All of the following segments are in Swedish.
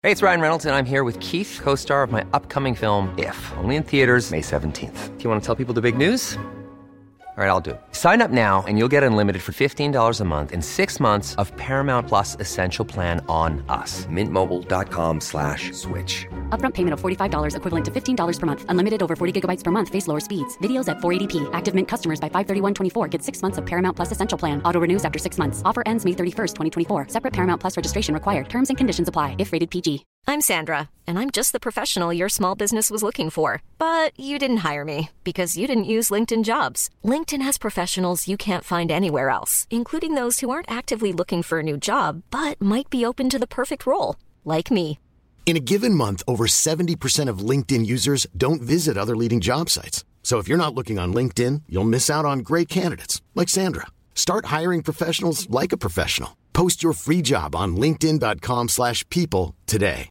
Hey, it's Ryan Reynolds, and I'm here with Keith, co-star of my upcoming film, If, only in theaters May 17th. Do you want to tell people the big news? All right, I'll do it. Sign up now and you'll get unlimited for $15 a month and 6 months of Paramount Plus Essential Plan on us. MintMobile.com/switch. Upfront payment of $45 equivalent to $15 per month. Unlimited over 40 gigabytes per month. Face lower speeds. Videos at 480p. Active Mint customers by 531.24 get 6 months of Paramount Plus Essential Plan. Auto renews after 6 months. Offer ends May 31st, 2024. Separate Paramount Plus registration required. Terms and conditions apply if rated PG. I'm Sandra, and I'm just the professional your small business was looking for. But you didn't hire me because you didn't use LinkedIn Jobs. LinkedIn has professionals you can't find anywhere else, including those who aren't actively looking for a new job, but might be open to the perfect role, like me. In a given month, over 70% of LinkedIn users don't visit other leading job sites. So if you're not looking on LinkedIn, you'll miss out on great candidates like Sandra. Start hiring professionals like a professional. Post your free job on linkedin.com/people today.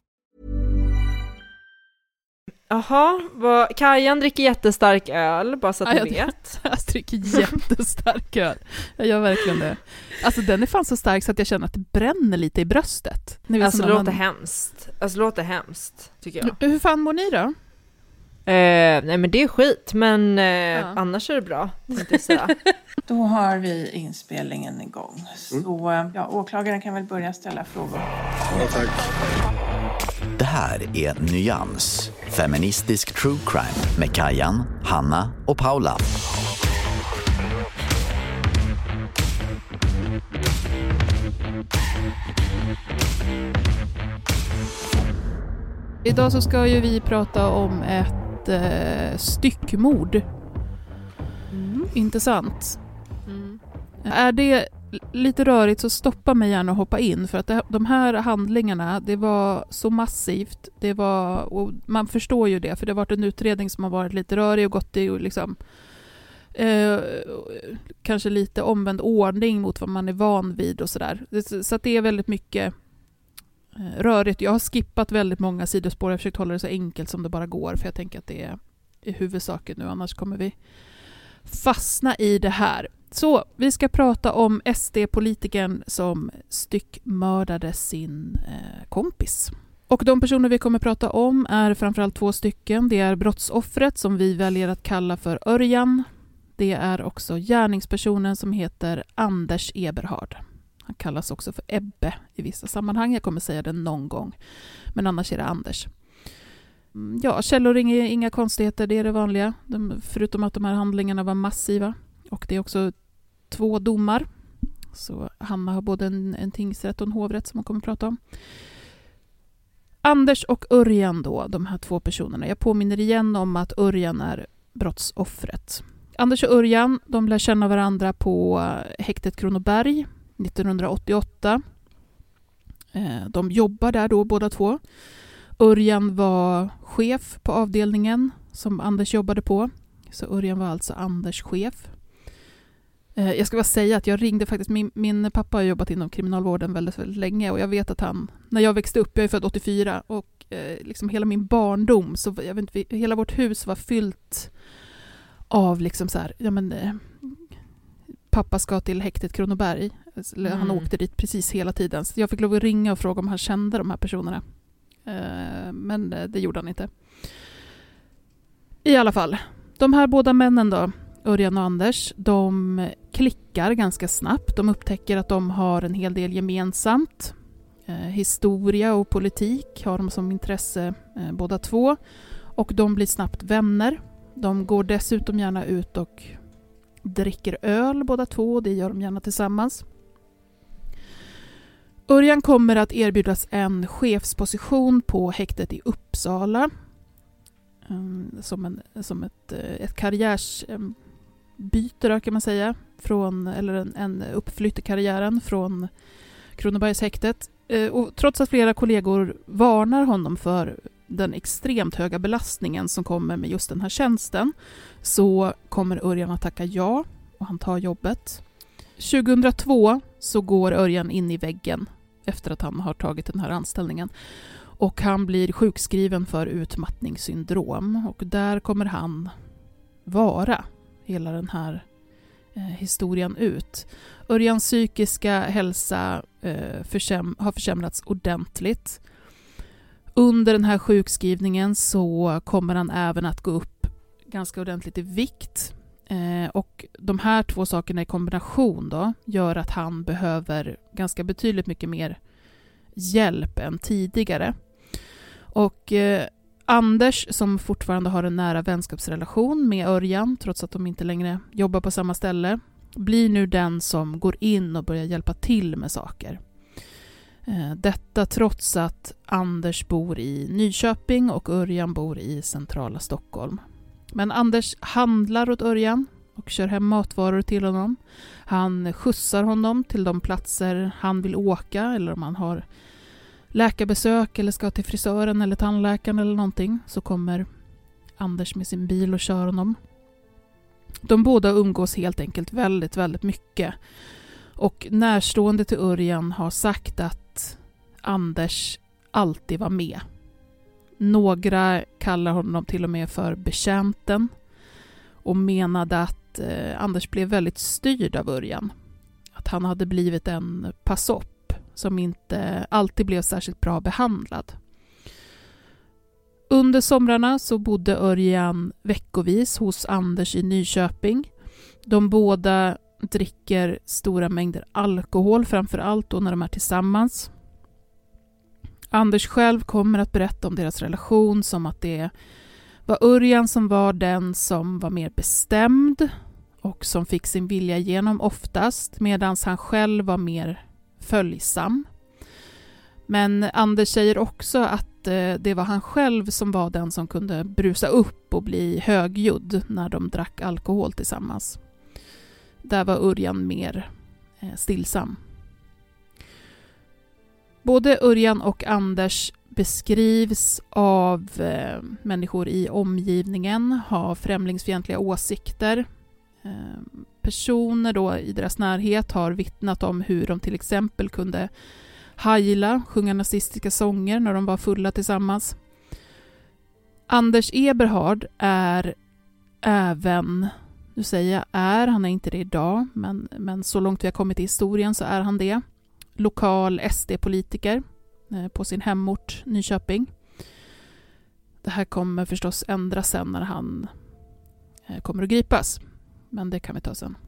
Jaha, Kajan dricker jättestark öl, bara så att du vet. Jag dricker jättestark öl. Jag gör verkligen det. Alltså den är fan så stark så att jag känner att det bränner lite i bröstet. Alltså det låter hemskt. Alltså det låter hemskt, tycker jag. Hur fan mår ni då? Nej men det är skit, men annars är det bra. Då har vi inspelningen igång. Så åklagaren kan väl börja ställa frågor. Ja, tack. Det här är Nyans, feministisk true crime med Kajan, Hanna och Paula. Idag så ska ju vi prata om ett styckmord. Intressant. Är det lite rörigt så stoppa mig gärna och hoppa in, för att de här handlingarna, det var så massivt, och man förstår ju det, för det har varit en utredning som har varit lite rörig och gått i liksom kanske lite omvänd ordning mot vad man är van vid och sådär. Så att det är väldigt mycket rörigt. Jag har skippat väldigt många sidospår. Jag har försökt hålla det så enkelt som det bara går, för jag tänker att det är i huvudsaken nu, annars kommer vi fastna i det här. Så vi ska prata om SD-politikern som styckmördade sin kompis. Och de personer vi kommer prata om är framförallt 2 stycken. Det är brottsoffret som vi väljer att kalla för Örjan. Det är också gärningspersonen som heter Anders Eberhard. Han kallas också för Ebbe i vissa sammanhang. Jag kommer säga det någon gång. Men annars är det Anders. Ja, källor är inga konstigheter. Det är det vanliga. Förutom att de här handlingarna var massiva. Och det är också 2 domar. Så Hanna har både en tingsrätt och en hovrätt som hon kommer att prata om. Anders och Örjan då, de här 2 personerna. Jag påminner igen om att Örjan är brottsoffret. Anders och Örjan, de lär känna varandra på häktet Kronoberg 1988. De jobbar där då båda 2. Örjan var chef på avdelningen som Anders jobbade på. Så Örjan var alltså Anders chef. Jag ska bara säga att jag ringde faktiskt, min pappa har jobbat inom kriminalvården väldigt, väldigt länge, och jag vet att han, när jag växte upp, jag är född 84, och liksom hela min barndom, så jag vet inte, hela vårt hus var fyllt av liksom så här, pappa ska till häktet Kronoberg. Han åkte dit precis hela tiden. Så jag fick lov att ringa och fråga om han kände de här personerna. Men det gjorde han inte. I alla fall, de här båda männen då, Örjan och Anders, de klickar ganska snabbt. De upptäcker att de har en hel del gemensamt. Historia och politik har de som intresse båda 2. Och de blir snabbt vänner. De går dessutom gärna ut och dricker öl båda 2. Det gör de gärna tillsammans. Örjan kommer att erbjudas en chefsposition på häktet i Uppsala. Som ett karriärsbyte kan man säga. Eller en uppflytt i karriären från Kronobergshäktet. Och trots att flera kollegor varnar honom för den extremt höga belastningen som kommer med just den här tjänsten, så kommer Örjan att tacka ja, och han tar jobbet. 2002 så går Örjan in i väggen efter att han har tagit den här anställningen, och han blir sjukskriven för utmattningssyndrom, och där kommer han vara hela den här historien ut. Örjans psykiska hälsa har försämrats ordentligt. Under den här sjukskrivningen så kommer han även att gå upp ganska ordentligt i vikt. Och de här två sakerna i kombination då gör att han behöver ganska betydligt mycket mer hjälp än tidigare. Och Anders, som fortfarande har en nära vänskapsrelation med Örjan, trots att de inte längre jobbar på samma ställe, blir nu den som går in och börjar hjälpa till med saker. Detta trots att Anders bor i Nyköping och Örjan bor i centrala Stockholm. Men Anders handlar åt Örjan och kör hem matvaror till honom. Han skjutsar honom till de platser han vill åka, eller om han har läkarbesök eller ska till frisören eller tandläkaren eller någonting, så kommer Anders med sin bil och kör honom. De båda umgås helt enkelt väldigt, väldigt mycket. Och närstående till Örjan har sagt att Anders alltid var med. Några kallar honom till och med för betjänten och menade att Anders blev väldigt styrd av Örjan. Att han hade blivit en passopp som inte alltid blev särskilt bra behandlad. Under somrarna så bodde Örjan veckovis hos Anders i Nyköping. De båda dricker stora mängder alkohol, framför allt då när de är tillsammans. Anders själv kommer att berätta om deras relation som att det var Örjan som var den som var mer bestämd och som fick sin vilja igenom oftast, medan han själv var mer följsam. Men Anders säger också att det var han själv som var den som kunde brusa upp och bli högljudd när de drack alkohol tillsammans. Där var Örjan mer stillsam. Både Örjan och Anders beskrivs av människor i omgivningen ha främlingsfientliga åsikter. Personer då i deras närhet har vittnat om hur de till exempel kunde heila, sjunga nazistiska sånger när de var fulla tillsammans. Anders Eberhard är även, nu säger jag han är inte det idag, men så långt vi har kommit i historien så är han det, lokal SD-politiker på sin hemort Nyköping. Det här kommer förstås ändras sen när han kommer att gripas, men det kan vi ta sen.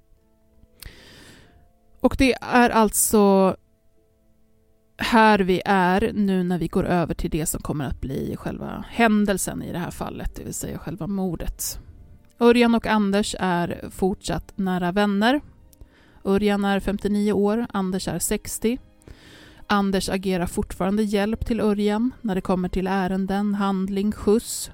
Och det är alltså här vi är nu när vi går över till det som kommer att bli själva händelsen i det här fallet, det vill säga själva mordet. Örjan och Anders är fortsatt nära vänner. Örjan är 59 år, Anders är 60. Anders agerar fortfarande hjälp till Örjan när det kommer till ärenden, handling, skjuts.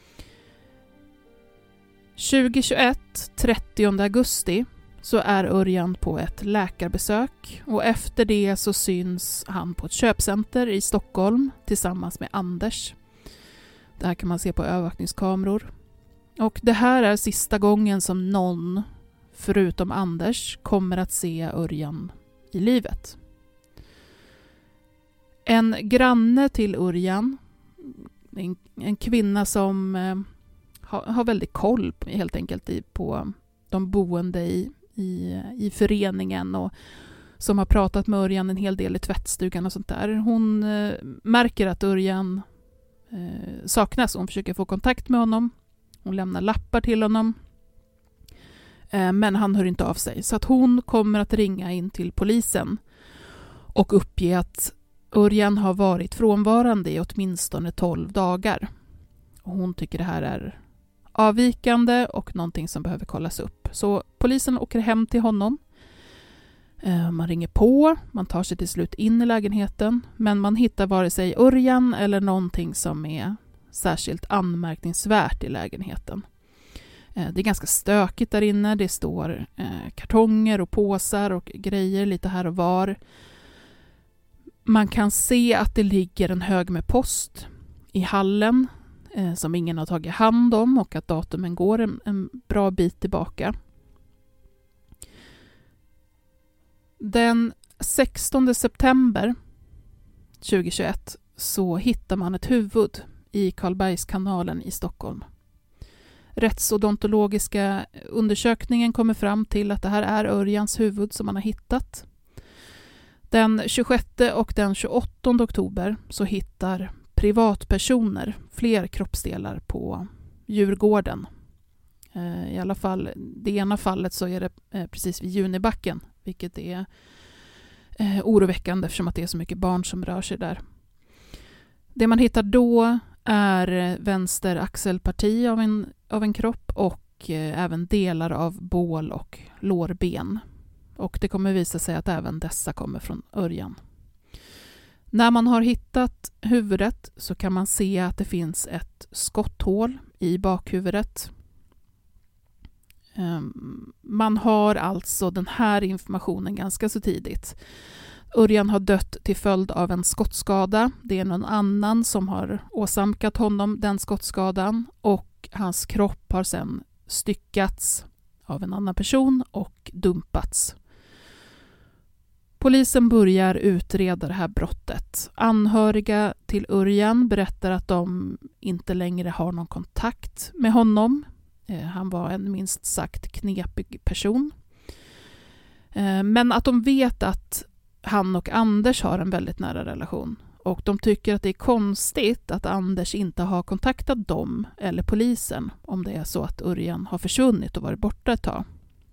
2021, 30 augusti, så är Örjan på ett läkarbesök och efter det så syns han på ett köpcenter i Stockholm tillsammans med Anders. Det här kan man se på övervakningskameror. Och det här är sista gången som någon, förutom Anders, kommer att se Örjan i livet. En granne till Örjan, en kvinna som har väldigt koll helt enkelt på de boende i föreningen och som har pratat med Örjan en hel del i tvättstugan och sånt där. Hon märker att Örjan saknas och hon försöker få kontakt med honom. Hon lämnar lappar till honom. Men han hör inte av sig. Så att hon kommer att ringa in till polisen och uppge att Örjan har varit frånvarande i åtminstone 12 dagar. Och hon tycker det här är avvikande och någonting som behöver kollas upp. Så polisen åker hem till honom. Man ringer på, man tar sig till slut in i lägenheten, men man hittar vare sig Örjan eller någonting som är särskilt anmärkningsvärt i lägenheten. Det är ganska stökigt där inne, det står kartonger och påsar och grejer lite här och var. Man kan se att det ligger en hög med post i hallen som ingen har tagit hand om och att datumen går en bra bit tillbaka. Den 16 september 2021 så hittar man ett huvud i Karlbergskanalen i Stockholm. Rättsodontologiska undersökningen kommer fram till att det här är Örjans huvud som man har hittat. Den 26 och den 28 oktober så hittar privatpersoner fler kroppsdelar på Djurgården. I alla fall, det ena fallet så är det precis vid Junibacken, vilket är oroväckande eftersom att det är så mycket barn som rör sig där. Det man hittar då är vänster axelparti av en kropp och även delar av bål och lårben. Och det kommer visa sig att även dessa kommer från Örjan. När man har hittat huvudet så kan man se att det finns ett skotthål i bakhuvudet. Man har alltså den här informationen ganska så tidigt. Örjan har dött till följd av en skottskada. Det är någon annan som har åsamkat honom den skottskadan och hans kropp har sedan styckats av en annan person och dumpats. Polisen börjar utreda det här brottet. Anhöriga till Örjan berättar att de inte längre har någon kontakt med honom. Han var en minst sagt knepig person. Men att de vet att han och Anders har en väldigt nära relation. Och de tycker att det är konstigt att Anders inte har kontaktat dem eller polisen om det är så att Örjan har försvunnit och varit borta ett tag.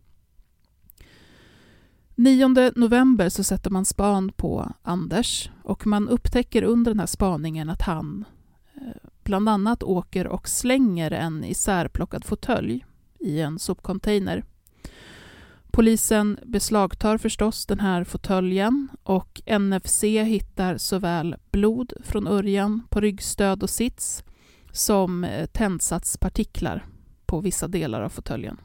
9 november så sätter man span på Anders och man upptäcker under den här spaningen att han bland annat åker och slänger en isärplockad fåtölj i en sopcontainer. Polisen beslagtar förstås den här fåtöljen och NFC hittar såväl blod från Örjan på ryggstöd och sits som tändsatspartiklar på vissa delar av fåtöljen.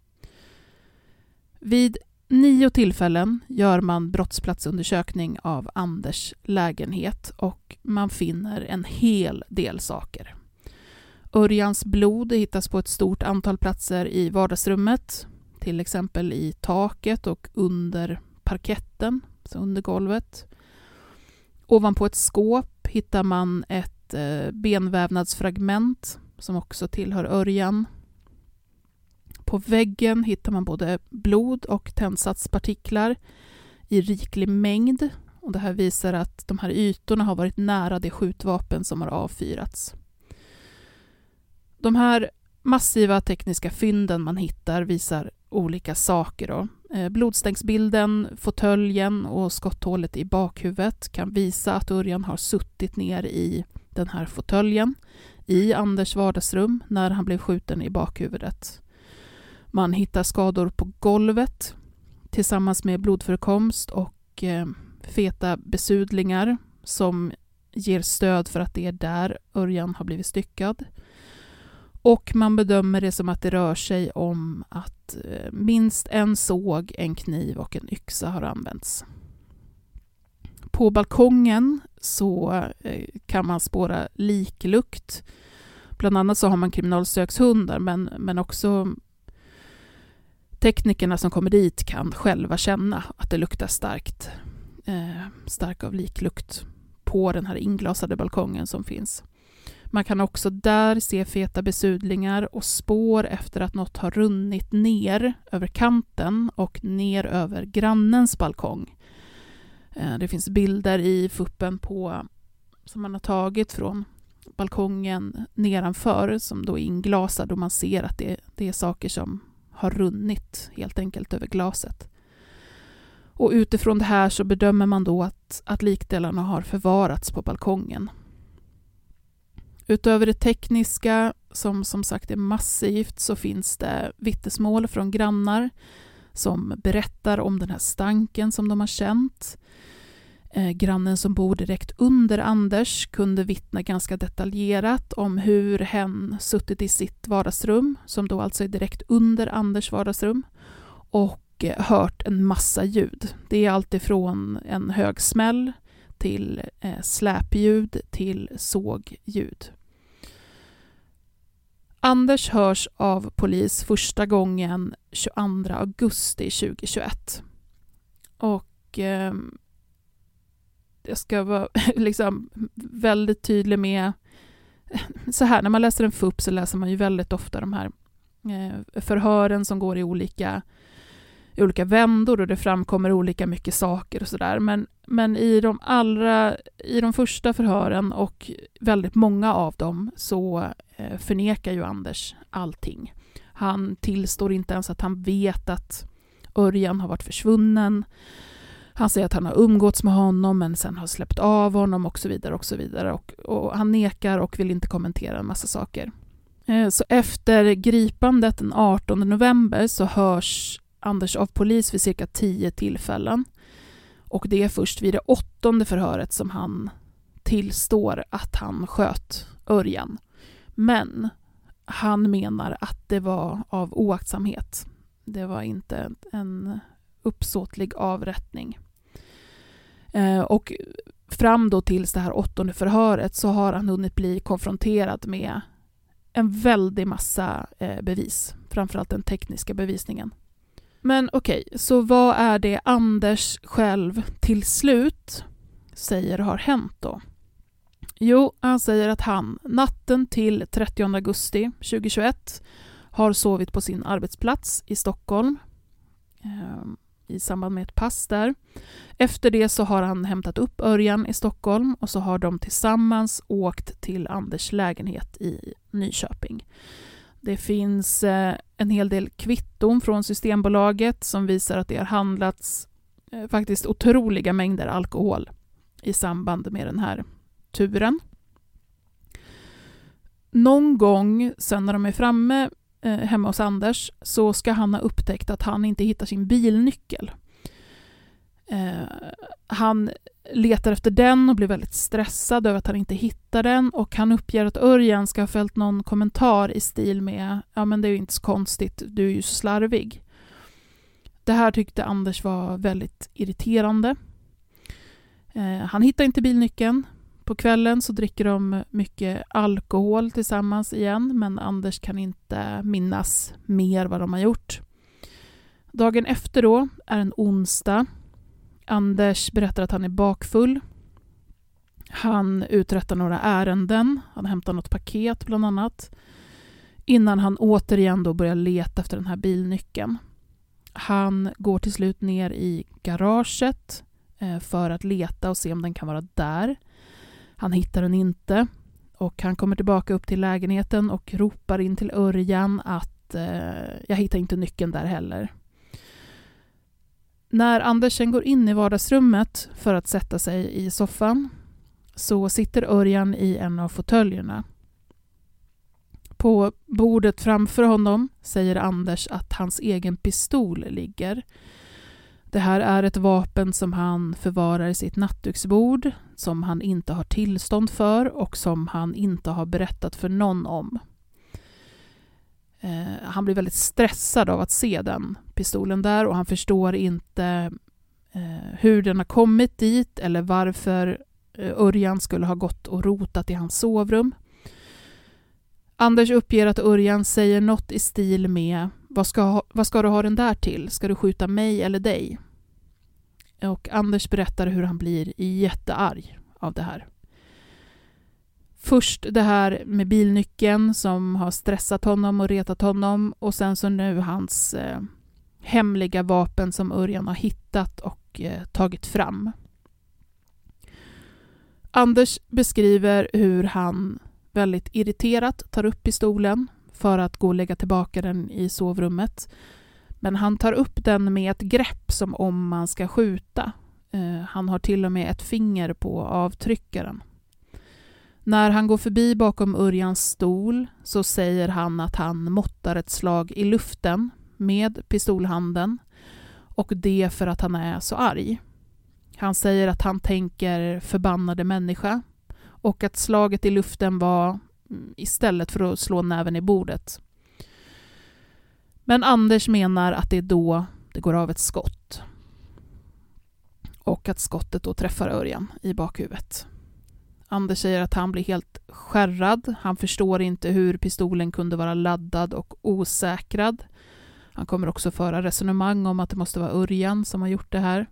Vid 9 tillfällen gör man brottsplatsundersökning av Anders lägenhet och man finner en hel del saker. Örjans blod hittas på ett stort antal platser i vardagsrummet, till exempel i taket och under parketten, så under golvet. Ovanpå ett skåp hittar man ett benvävnadsfragment som också tillhör Örjan. På väggen hittar man både blod och tändsatspartiklar i riklig mängd. Och det här visar att de här ytorna har varit nära det skjutvapen som har avfyrats. De här massiva tekniska fynden man hittar visar olika saker då. Blodstänksbilden, fåtöljen och skotthålet i bakhuvudet kan visa att Örjan har suttit ner i den här fåtöljen i Anders vardagsrum när han blev skjuten i bakhuvudet. Man hittar skador på golvet tillsammans med blodförekomst och feta besudlingar som ger stöd för att det är där Örjan har blivit styckad. Och man bedömer det som att det rör sig om att minst en såg, en kniv och en yxa har använts. På balkongen så kan man spåra liklukt. Bland annat så har man kriminalsökshundar men också teknikerna som kommer dit kan själva känna att det luktar stark av liklukt på den här inglasade balkongen som finns. Man kan också där se feta besudlingar och spår efter att något har runnit ner över kanten och ner över grannens balkong. Det finns bilder i fuppen som man har tagit från balkongen nedanför som då är inglasad och man ser att det är saker som har runnit helt enkelt över glaset. Och utifrån det här så bedömer man då att likdelarna har förvarats på balkongen. Utöver det tekniska, som sagt är massivt, så finns det vittnesmål från grannar som berättar om den här stanken som de har känt. Grannen som bor direkt under Anders kunde vittna ganska detaljerat om hur hen suttit i sitt vardagsrum, som då alltså är direkt under Anders vardagsrum, och hört en massa ljud. Det är allt ifrån en hög smäll till släpljud till sågljud. Anders hörs av polis första gången 22 augusti 2021. Och jag ska vara liksom väldigt tydlig med så här, när man läser en FUP så läser man ju väldigt ofta de här förhören som går i olika olika vändor och det framkommer olika mycket saker och sådär. Men i de första förhören och väldigt många av dem så förnekar ju Anders allting. Han tillstår inte ens att han vet att Örjan har varit försvunnen. Han säger att han har umgåtts med honom men sen har släppt av honom och så vidare och så vidare. Och han nekar och vill inte kommentera en massa saker. Så efter gripandet den 18 november så hörs Anders av polis vid cirka 10 tillfällen. Och det är först vid det 8:e förhöret som han tillstår att han sköt Örjan. Men han menar att det var av oaktsamhet. Det var inte en uppsåtlig avrättning. Och fram då tills det här 8:e förhöret så har han hunnit bli konfronterad med en väldig massa bevis. Framförallt den tekniska bevisningen. Men okej, så vad är det Anders själv till slut säger har hänt då? Jo, han säger att han natten till 30 augusti 2021 har sovit på sin arbetsplats i Stockholm i samband med ett pass där. Efter det så har han hämtat upp Örjan i Stockholm och så har de tillsammans åkt till Anders lägenhet i Nyköping. Det finns en hel del kvitton från Systembolaget som visar att det har handlats faktiskt otroliga mängder alkohol i samband med den här turen. Någon gång sen när de är framme hemma hos Anders så ska han ha upptäckt att han inte hittar sin bilnyckel. Han letar efter den och blir väldigt stressad över att han inte hittar den och han uppger att Örjan ska ha fällt någon kommentar i stil med ja men det är ju inte så konstigt, du är ju så slarvig. Det här tyckte Anders var väldigt irriterande. Han hittar inte bilnyckeln. På kvällen så dricker de mycket alkohol tillsammans igen men Anders kan inte minnas mer vad de har gjort. Dagen efter då är en onsdag. Anders berättar att han är bakfull. Han uträttar några ärenden. Han hämtar något paket bland annat. Innan han återigen då börjar leta efter den här bilnyckeln. Han går till slut ner i garaget för att leta och se om den kan vara där. Han hittar den inte och han kommer tillbaka upp till lägenheten och ropar in till Örjan att jag hittar inte nyckeln där heller. När Anders sen går in i vardagsrummet för att sätta sig i soffan så sitter Örjan i en av fåtöljerna. På bordet framför honom säger Anders att hans egen pistol ligger. Det här är ett vapen som han förvarar i sitt nattduksbord, som han inte har tillstånd för och som han inte har berättat för någon om. Han blir väldigt stressad av att se den pistolen där och han förstår inte hur den har kommit dit eller varför Örjan skulle ha gått och rotat i hans sovrum. Anders uppger att Örjan säger något i stil med vad ska du ha den där till? Ska du skjuta mig eller dig? Och Anders berättar hur han blir jättearg av det här. Först det här med bilnyckeln som har stressat honom och retat honom och sen så nu hans hemliga vapen som Örjan har hittat och tagit fram. Anders beskriver hur han väldigt irriterat tar upp pistolen för att gå och lägga tillbaka den i sovrummet. Men han tar upp den med ett grepp som om man ska skjuta. Han har till och med ett finger på avtryckaren. När han går förbi bakom Örjans stol så säger han att han måttar ett slag i luften med pistolhanden och det för att han är så arg. Han säger att han tänker förbannade människa och att slaget i luften var istället för att slå näven i bordet. Men Anders menar att det är då det går av ett skott. Och att skottet då träffar Örjan i bakhuvudet. Anders säger att han blir helt skärrad. Han förstår inte hur pistolen kunde vara laddad och osäkrad. Han kommer också föra resonemang om att det måste vara Örjan som har gjort det här.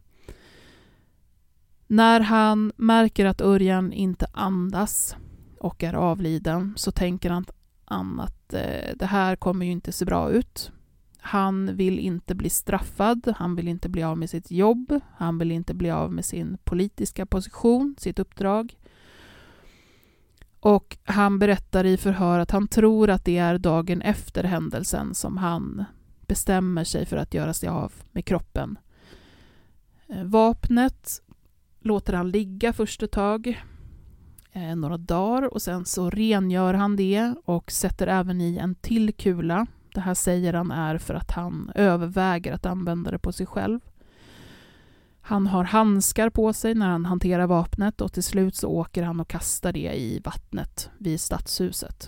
När han märker att Örjan inte andas och är avliden så tänker han att det här kommer ju inte se bra ut. Han vill inte bli straffad, han vill inte bli av med sitt jobb, han vill inte bli av med sin politiska position, sitt uppdrag. Och han berättar i förhör att han tror att det är dagen efter händelsen som han bestämmer sig för att göra sig av med kroppen. Vapnet låter han ligga först ett tag, några dagar, och sen så rengör han det och sätter även i en till kula. Det här säger han är för att han överväger att använda det på sig själv. Han har handskar på sig när han hanterar vapnet och till slut så åker han och kastar det i vattnet vid stadshuset.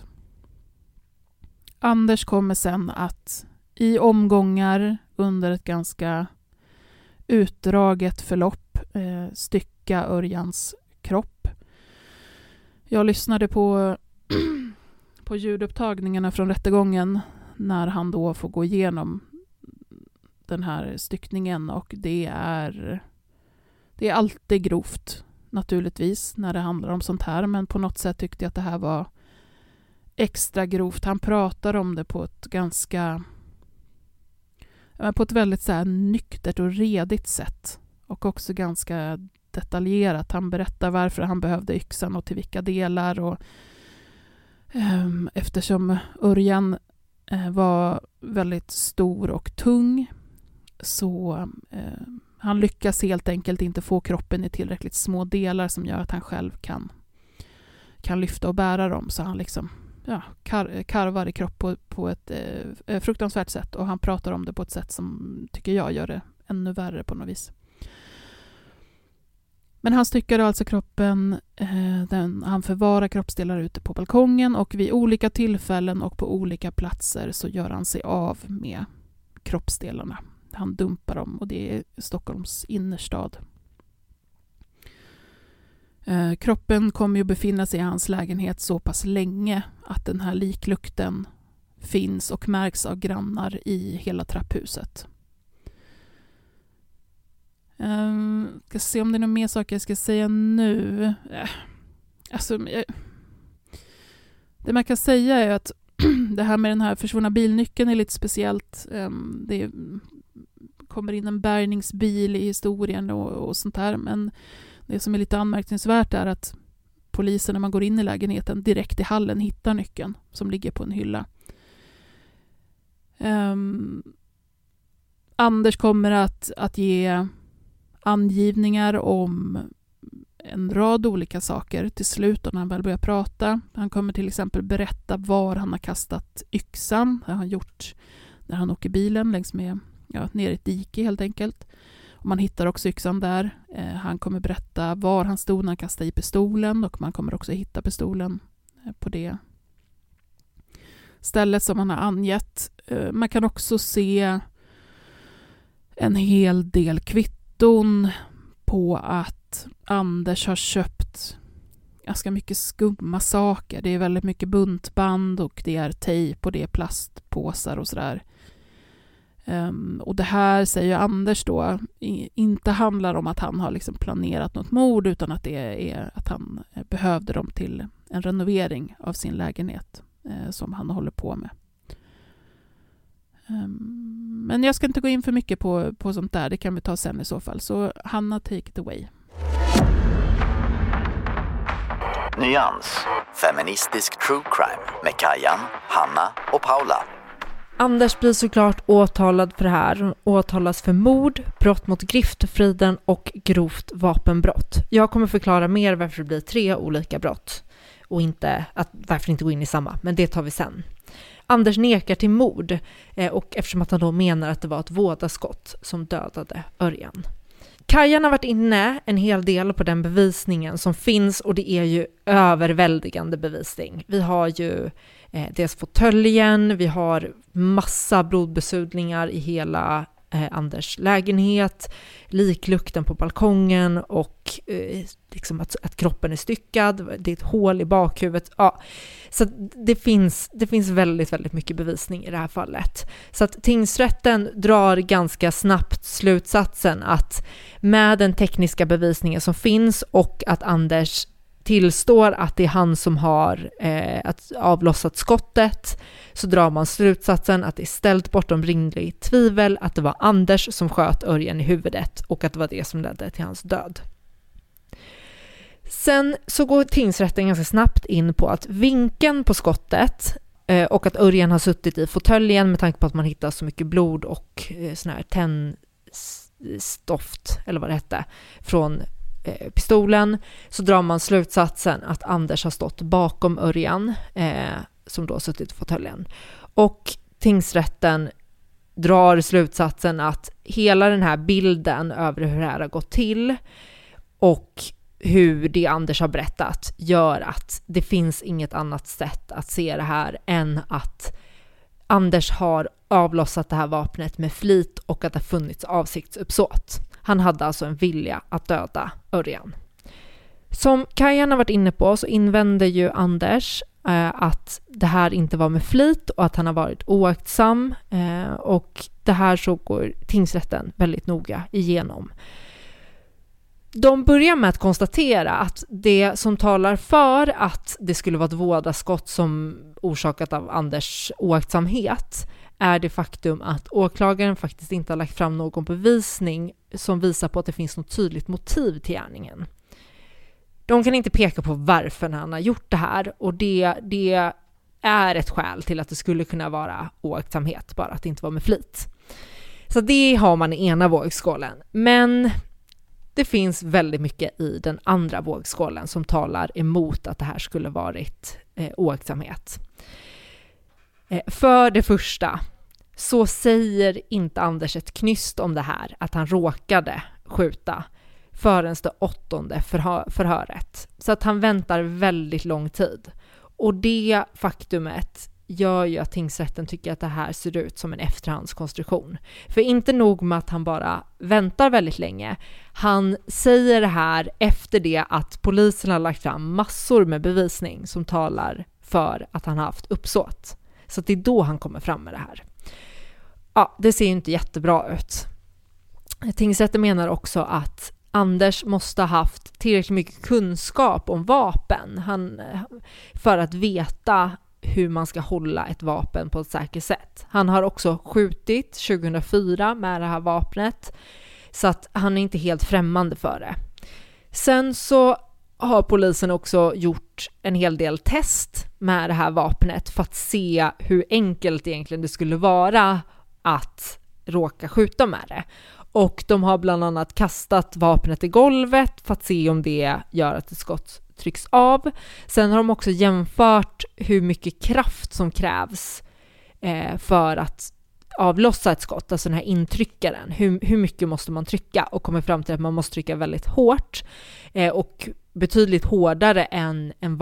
Anders kommer sen att i omgångar under ett ganska utdraget förlopp stycka Örjans kropp. Jag lyssnade på ljudupptagningarna från rättegången när han då får gå igenom den här styckningen, och det är alltid grovt naturligtvis när det handlar om sånt här, men på något sätt tyckte jag att det här var extra grovt. Han pratar om det på ett väldigt så här nyktert och redigt sätt, och också ganska detaljerat. Han berättar varför han behövde yxan och till vilka delar, och eftersom Örjan var väldigt stor och tung så han lyckas helt enkelt inte få kroppen i tillräckligt små delar som gör att han själv kan lyfta och bära dem, så han liksom karvar i kropp på ett fruktansvärt sätt, och han pratar om det på ett sätt som tycker jag gör det ännu värre på något vis. Men han styckade alltså kroppen, han förvarar kroppsdelar ute på balkongen, och vid olika tillfällen och på olika platser så gör han sig av med kroppsdelarna. Han dumpar dem, och det är Stockholms innerstad. Kroppen kommer ju befinna sig i hans lägenhet så pass länge att den här liklukten finns och märks av grannar i hela trapphuset. Ska se om det är några mer saker jag ska säga nu. Det man kan säga är att det här med den här försvunna bilnyckeln är lite speciellt. Det kommer in en bärgningsbil i historien och sånt här, men det som är lite anmärkningsvärt är att polisen när man går in i lägenheten direkt i hallen hittar nyckeln som ligger på en hylla. Anders kommer att ge angivningar om en rad olika saker till slut när han väl börjar prata. Han kommer till exempel berätta var han har kastat yxan. Det har han gjort när han åker bilen längs med ner i ett dike helt enkelt. Och man hittar också yxan där. Han kommer berätta var han stod när han kastade i pistolen, och man kommer också hitta pistolen på det stället som han har angett. Man kan också se en hel del kvitton på att Anders har köpt ganska mycket skumma saker. Det är väldigt mycket buntband och det är tejp och det är plastpåsar och sådär. Och det här säger Anders då inte handlar om att han har liksom planerat något mord, utan att det är att han behövde dem till en renovering av sin lägenhet som han håller på med. Men jag ska inte gå in för mycket på sånt där, det kan vi ta sen i så fall. Så Hanna, take it away. Nyans, feministisk true crime med Kajan, Hanna och Paula. Anders blir såklart åtalad för det här. Åtalas för mord, brott mot griftefriden och grovt vapenbrott. Jag kommer förklara mer varför det blir 3 olika brott och varför inte gå in i samma, men det tar vi sen. Anders nekar till mord och eftersom att han då menar att det var ett vådaskott som dödade Örjan. Kajan har varit inne en hel del på den bevisningen som finns, och det är ju överväldigande bevisning. Vi har ju dels fåtöljen, vi har massa blodbesudlingar i hela Anders lägenhet, liklukten på balkongen och liksom att kroppen är styckad, det är ett hål i bakhuvudet. Ja, så det finns väldigt, väldigt mycket bevisning i det här fallet. Så att tingsrätten drar ganska snabbt slutsatsen att med den tekniska bevisningen som finns och att Anders tillstår att det är han som har avlossat skottet, så drar man slutsatsen att det är ställt bortom rimligt tvivel att det var Anders som sköt Örjan i huvudet och att det var det som ledde till hans död. Sen så går tingsrätten ganska snabbt in på att vinkeln på skottet och att Örjan har suttit i fåtöljen med tanke på att man hittar så mycket blod och sån här tändstoft eller vad det hette från pistolen, så drar man slutsatsen att Anders har stått bakom Örjan som då suttit i fåtöljen. Och tingsrätten drar slutsatsen att hela den här bilden över hur det här har gått till och hur det Anders har berättat gör att det finns inget annat sätt att se det här än att Anders har avlossat det här vapnet med flit och att det har funnits avsiktsuppsåt. Han hade alltså en vilja att döda Örjan. Som Kajan har varit inne på så invänder ju Anders att det här inte var med flit och att han har varit oaktsam, och det här så går tingsrätten väldigt noga igenom. De börjar med att konstatera att det som talar för att det skulle vara ett vådaskott som orsakat av Anders oaktsamhet är det faktum att åklagaren faktiskt inte har lagt fram någon bevisning som visar på att det finns något tydligt motiv till gärningen. De kan inte peka på varför han har gjort det här, och det är ett skäl till att det skulle kunna vara oaktsamhet, bara att det inte var med flit. Så det har man i ena vågskålen. Men det finns väldigt mycket i den andra vågskålen som talar emot att det här skulle varit oaktsamhet. För det första så säger inte Anders ett knyst om det här, att han råkade skjuta, förrän det 8:e förhöret. Så att han väntar väldigt lång tid. Och det faktumet gör ju att tingsrätten tycker att det här ser ut som en efterhandskonstruktion. För inte nog med att han bara väntar väldigt länge. Han säger det här efter det att polisen har lagt fram massor med bevisning som talar för att han har haft uppsåt. Så att det är då han kommer fram med det här. Ja, det ser ju inte jättebra ut. Tingsrätten menar också att Anders måste ha haft tillräckligt mycket kunskap om vapen för att veta hur man ska hålla ett vapen på ett säkert sätt. Han har också skjutit 2004 med det här vapnet, så att han är inte helt främmande för det. Sen så har polisen också gjort en hel del test med det här vapnet för att se hur enkelt egentligen det skulle vara att råka skjuta med det. Och de har bland annat kastat vapnet i golvet för att se om det gör att ett skott trycks av. Sen har de också jämfört hur mycket kraft som krävs för att avlossa ett skott, alltså den här intryckaren. Hur mycket måste man trycka, och kommer fram till att man måste trycka väldigt hårt och betydligt hårdare än en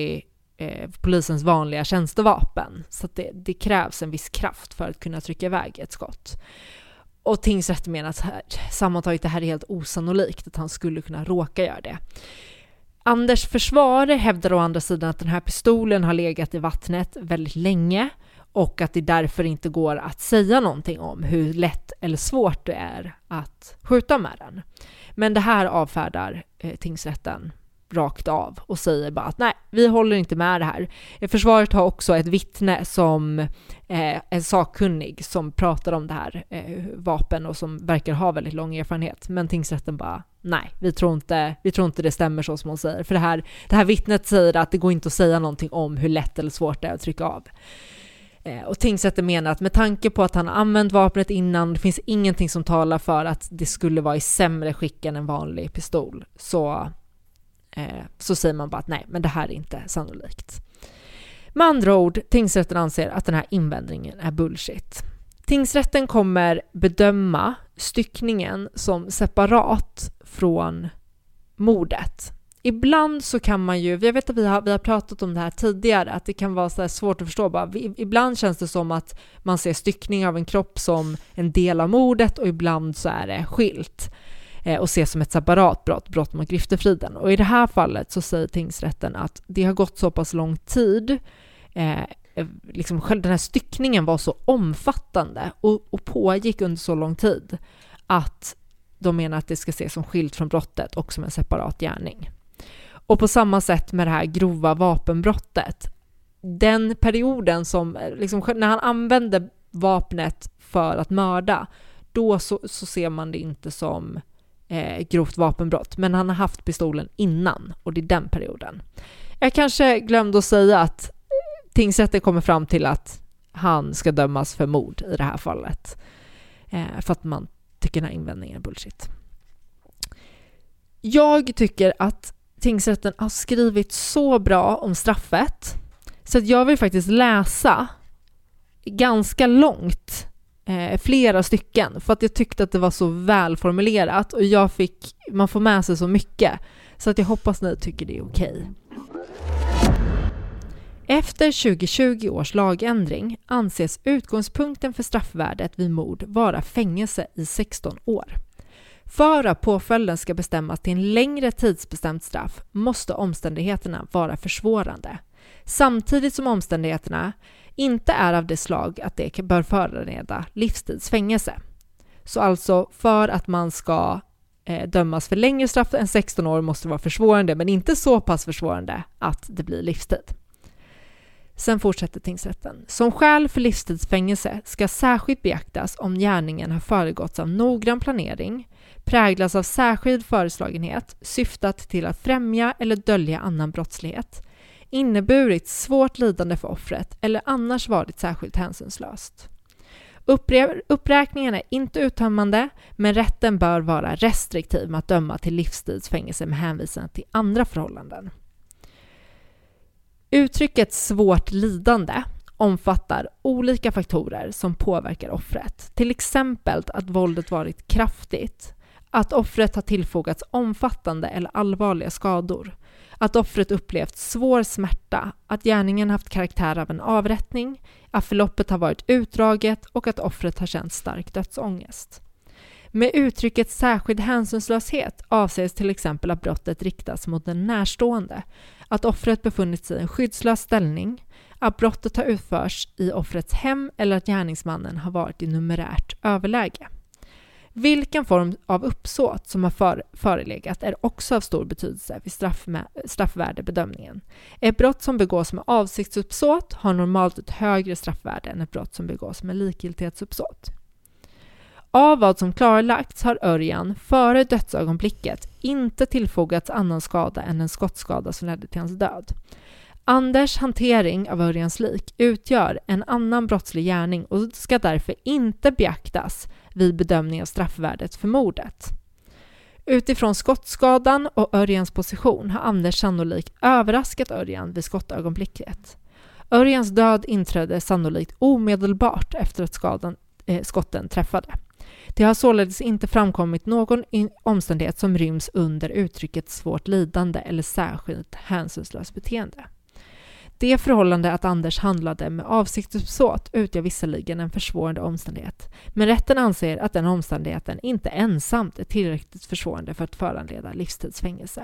polisens vanliga tjänstevapen. Så att det krävs en viss kraft för att kunna trycka iväg ett skott. Och tingsrätten menar att sammantaget det här är helt osannolikt att han skulle kunna råka göra det. Anders försvarare hävdar å andra sidan att den här pistolen har legat i vattnet väldigt länge och att det därför inte går att säga någonting om hur lätt eller svårt det är att skjuta med den. Men det här avfärdar tingsrätten rakt av och säger bara att nej, vi håller inte med det här. Försvaret har också ett vittne som är sakkunnig som pratar om det här vapen och som verkar ha väldigt lång erfarenhet. Men tingsrätten bara, nej, vi tror inte det stämmer så som hon säger. För det här vittnet säger att det går inte att säga någonting om hur lätt eller svårt det är att trycka av. Och tingsrätten menar att med tanke på att han har använt vapnet innan, det finns ingenting som talar för att det skulle vara i sämre skick än en vanlig pistol. Så säger man bara att nej, men det här är inte sannolikt. Med andra ord, tingsrätten anser att den här invändningen är bullshit. Tingsrätten kommer bedöma styckningen som separat från mordet. Ibland så kan man ju, jag vet att vi har pratat om det här tidigare, att det kan vara så här svårt att förstå. Bara, ibland känns det som att man ser styckning av en kropp som en del av mordet och ibland så är det skilt och ses som ett separat brott mot griftefriden. Och i det här fallet så säger tingsrätten att det har gått så pass lång tid, liksom själv den här styckningen var så omfattande och pågick under så lång tid att de menar att det ska ses som skilt från brottet och som en separat gärning. Och på samma sätt med det här grova vapenbrottet. Den perioden som, liksom, när han använde vapnet för att mörda, då så ser man det inte som grovt vapenbrott. Men han har haft pistolen innan, och det är den perioden. Jag kanske glömde att säga att tingsrätten kommer fram till att han ska dömas för mord i det här fallet. För att man tycker den här invändningen är bullshit. Jag tycker att tingsrätten har skrivit så bra om straffet, så att jag vill faktiskt läsa ganska långt, flera stycken, för att jag tyckte att det var så välformulerat och man får med sig så mycket, så att jag hoppas ni tycker det är okej. Efter 2020 års lagändring anses utgångspunkten för straffvärdet vid mord vara fängelse i 16 år. För att påföljden ska bestämmas till en längre tidsbestämt straff måste omständigheterna vara försvårande, samtidigt som omständigheterna inte är av det slag att det bör föranleda livstidsfängelse. Så alltså, för att man ska dömas för längre straff än 16 år måste det vara försvårande, men inte så pass försvårande att det blir livstid. Sen fortsätter tingsrätten. Som skäl för livstidsfängelse ska särskilt beaktas om gärningen har föregåtts av noggrann planering, präglas av särskild föreslagenhet, syftat till att främja eller dölja annan brottslighet, inneburit svårt lidande för offret eller annars varit särskilt hänsynslöst. Uppräkningen är inte uttömmande, men rätten bör vara restriktiv med att döma till livstidsfängelse med hänvisning till andra förhållanden. Uttrycket svårt lidande omfattar olika faktorer som påverkar offret. Till exempel att våldet varit kraftigt, att offret har tillfogats omfattande eller allvarliga skador, att offret upplevt svår smärta, att gärningen haft karaktär av en avrättning, att förloppet har varit utdraget och att offret har känt stark dödsångest. Med uttrycket särskild hänsynslöshet avses till exempel att brottet riktas mot en närstående, att offret befunnit sig i en skyddslös ställning, att brottet har utförts i offrets hem eller att gärningsmannen har varit i numerärt överläge. Vilken form av uppsåt som har förelegat är också av stor betydelse vid straffvärdebedömningen. Ett brott som begås med avsiktsuppsåt har normalt ett högre straffvärde än ett brott som begås med likgiltighetsuppsåt. Av vad som klarlagts har Örjan före dödsögonblicket inte tillfogats annan skada än en skottskada som ledde till hans död. Anders hantering av Örjans lik utgör en annan brottslig gärning och ska därför inte beaktas vid bedömning av straffvärdet för mordet. Utifrån skottskadan och Örjans position har Anders sannolikt överraskat Örjan vid skottögonblicket. Örjans död inträdde sannolikt omedelbart efter att skotten träffade. Det har således inte framkommit någon omständighet som ryms under uttrycket svårt lidande eller särskilt hänsynslöst beteende. Det förhållande att Anders handlade med avsiktsuppsåt utgör visserligen en försvårande omständighet, men rätten anser att den omständigheten inte ensamt är tillräckligt försvårande för att föranleda livstidsfängelse.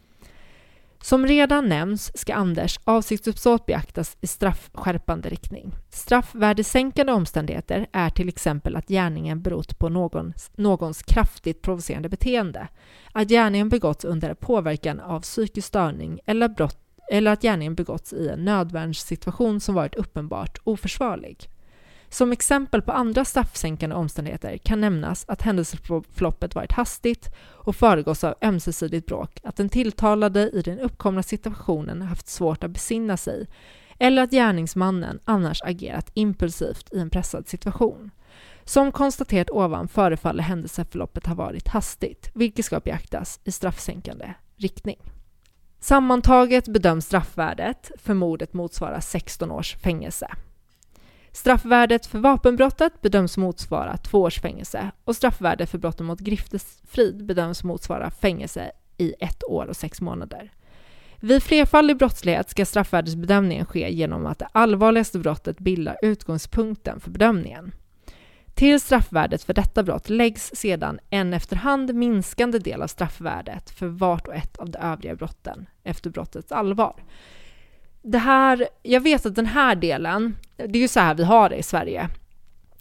Som redan nämns ska Anders avsiktsuppsåt beaktas i straffskärpande riktning. Straffvärdesänkande omständigheter är till exempel att gärningen berott på någons kraftigt provocerande beteende, att gärningen begåtts under påverkan av psykisk störning eller att gärningen begåtts i en nödvärnssituation som varit uppenbart oförsvarlig. Som exempel på andra straffsänkande omständigheter kan nämnas att händelseförloppet varit hastigt och föregås av ömsesidigt bråk, att den tilltalade i den uppkomna situationen haft svårt att besinna sig eller att gärningsmannen annars agerat impulsivt i en pressad situation. Som konstaterat ovan förefaller händelseförloppet ha varit hastigt, vilket ska beaktas i straffsänkande riktning. Sammantaget bedöms straffvärdet för mordet motsvara 16 års fängelse. Straffvärdet för vapenbrottet bedöms motsvara 2 års fängelse och straffvärdet för brottet mot griftefrid bedöms motsvara fängelse i 1 år och 6 månader. Vid flerfaldig brottslighet ska straffvärdesbedömningen ske genom att det allvarligaste brottet bildar utgångspunkten för bedömningen. Till straffvärdet för detta brott läggs sedan en efterhand minskande del av straffvärdet för vart och ett av de övriga brotten efter brottets allvar. Jag vet att den här delen, det är ju så här vi har det i Sverige.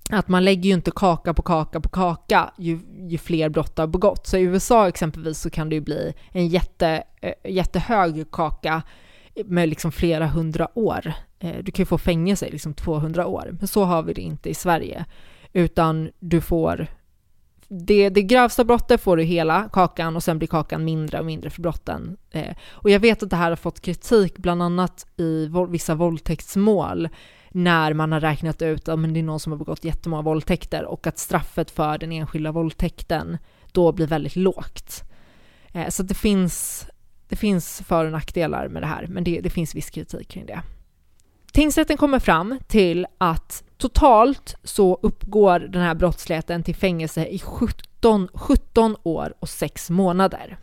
att man lägger ju inte kaka på kaka på kaka ju fler brott har begått. Så i USA exempelvis så kan det ju bli en jättehög kaka med liksom flera hundra år. Du kan ju få fängelse i liksom 200 år. Men så har vi det inte i Sverige. Utan du får det grövsta brottet får du hela kakan och sen blir kakan mindre och mindre för brotten. Och jag vet att det här har fått kritik bland annat i vissa våldtäktsmål när man har räknat ut att det är någon som har begått jättemånga våldtäkter och att straffet för den enskilda våldtäkten då blir väldigt lågt. Så det finns för- och nackdelar med det här, men det finns viss kritik kring det. Tingsrätten kommer fram till att totalt så uppgår den här brottsligheten till fängelse i 17 år och 6 månader.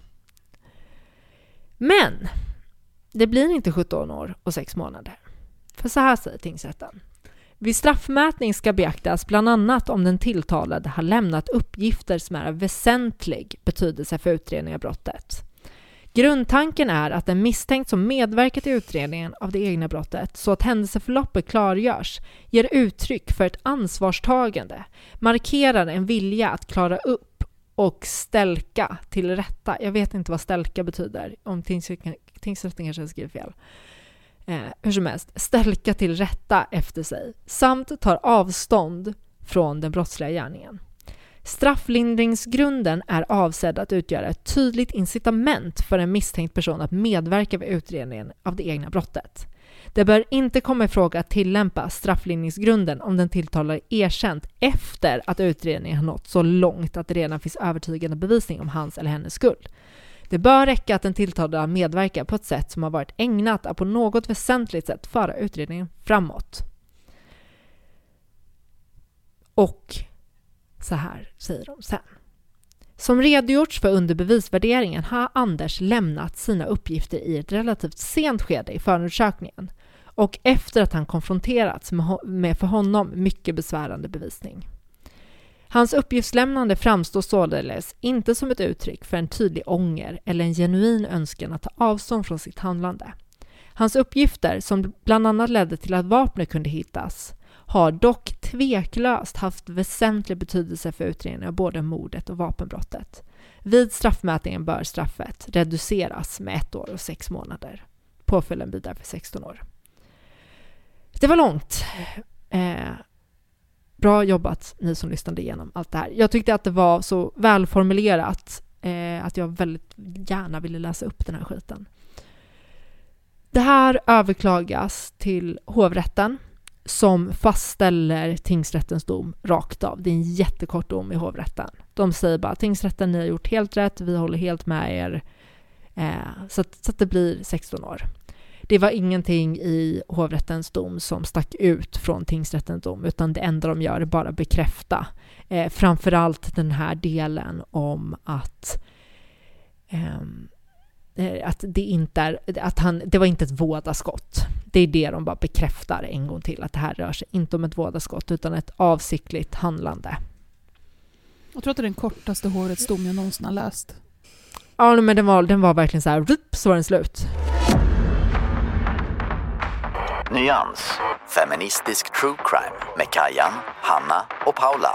Men det blir inte 17 år och 6 månader. För så här säger tingsrätten. Vid straffmätning ska beaktas bland annat om den tilltalade har lämnat uppgifter som är av väsentlig betydelse för utredning av brottet. Grundtanken är att en misstänkt som medverkat i utredningen av det egna brottet så att händelseförloppet klargörs ger uttryck för ett ansvarstagande, markerar en vilja att klara upp och ställka till rätta. Jag vet inte vad ställka betyder, om tingsrätten kanske skriver fel. Hur som helst, ställka till rätta efter sig samt tar avstånd från den brottsliga gärningen. Strafflindringsgrunden är avsedd att utgöra ett tydligt incitament för en misstänkt person att medverka vid utredningen av det egna brottet. Det bör inte komma i fråga att tillämpa strafflindringsgrunden om den tilltalade erkänt efter att utredningen har nått så långt att det redan finns övertygande bevisning om hans eller hennes skuld. Det bör räcka att den tilltalade medverkar på ett sätt som har varit ägnat att på något väsentligt sätt föra utredningen framåt. Och så här säger de sen. Som redogjorts för under bevisvärderingen har Anders lämnat sina uppgifter i ett relativt sent skede i förundersökningen och efter att han konfronterats med för honom mycket besvärande bevisning. Hans uppgiftslämnande framstår således inte som ett uttryck för en tydlig ånger eller en genuin önskan att ta avstånd från sitt handlande. Hans uppgifter, som bland annat ledde till att vapnet kunde hittas, har dock tveklöst haft väsentlig betydelse för utredningen av både mordet och vapenbrottet. Vid straffmätningen bör straffet reduceras med 1 år och 6 månader. Påföljden blir därför 16 år. Det var långt. Bra jobbat ni som lyssnade igenom allt det här. Jag tyckte att det var så välformulerat att jag väldigt gärna ville läsa upp den här skiten. Det här överklagas till hovrätten som fastställer tingsrättens dom rakt av. Det är en jättekort dom i hovrätten. De säger bara, tingsrätten, ni har gjort helt rätt, vi håller helt med er. Så att det blir 16 år. Det var ingenting i hovrättens dom som stack ut från tingsrättens dom, utan det enda de gör är bara bekräfta. Framförallt den här delen om att det inte är, det var inte ett vådaskott. Det är det de bara bekräftar en gång till, att det här rör sig inte om ett vådaskott utan ett avsiktligt handlande. Jag tror att det är den kortaste hovrättsdom jag någonsin har läst. Ja, men den var verkligen så här, så var den slut. Nyans. Feministisk true crime med Kajan, Hanna och Paula.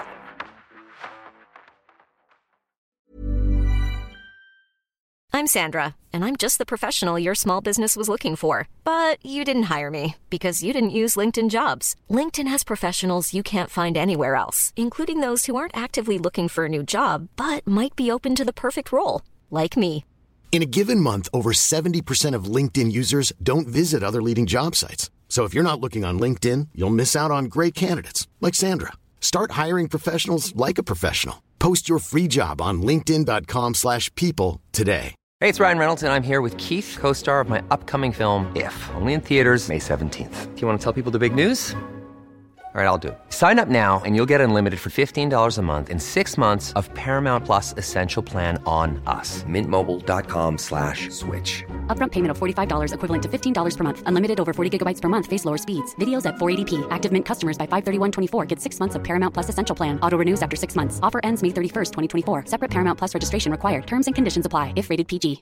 I'm Sandra, and I'm just the professional your small business was looking for. But you didn't hire me because you didn't use LinkedIn Jobs. LinkedIn has professionals you can't find anywhere else, including those who aren't actively looking for a new job, but might be open to the perfect role, like me. In a given month, over 70% of LinkedIn users don't visit other leading job sites. So if you're not looking on LinkedIn, you'll miss out on great candidates like Sandra. Start hiring professionals like a professional. Post your free job on linkedin.com/people today. Hey, it's Ryan Reynolds, and I'm here with Keith, co-star of my upcoming film, If, only in theaters May 17th. Do you want to tell people the big news? All right, I'll do it. Sign up now and you'll get unlimited for $15 a month and 6 months of Paramount Plus Essential Plan on us. MintMobile.com/switch. Upfront payment of $45 equivalent to $15 per month. Unlimited over 40 gigabytes per month. Face lower speeds. Videos at 480p. Active Mint customers by 531.24 get 6 months of Paramount Plus Essential Plan. Auto renews after 6 months. Offer ends May 31st, 2024. Separate Paramount Plus registration required. Terms and conditions apply if rated PG.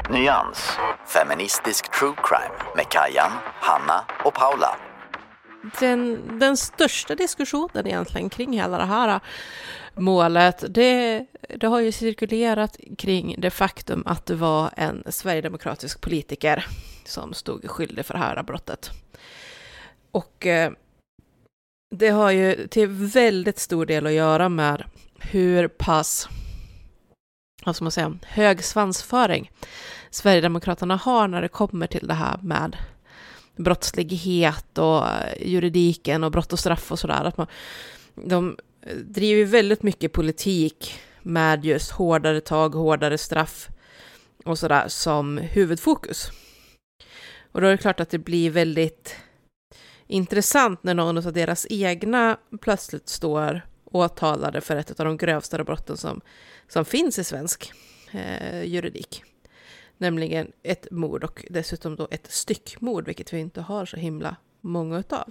Nyans, feministisk true crime med Kajan, Hanna och Paula. Den största diskussionen egentligen kring hela det här målet, det har ju cirkulerat kring det faktum att det var en sverigedemokratisk politiker som stod skyldig för det här brottet. Och det har ju till väldigt stor del att göra med hur pass, vad ska man säga, hög svansföring Sverigedemokraterna har när det kommer till det här med brottslighet och juridiken och brott och straff och sådär. Att de driver väldigt mycket politik med just hårdare tag, hårdare straff och sådär som huvudfokus. Och då är det klart att det blir väldigt intressant när någon av deras egna plötsligt står åtalade för ett av de grövsta brotten som finns i svensk juridik. Nämligen ett mord och dessutom då ett styckmord, vilket vi inte har så himla många utav.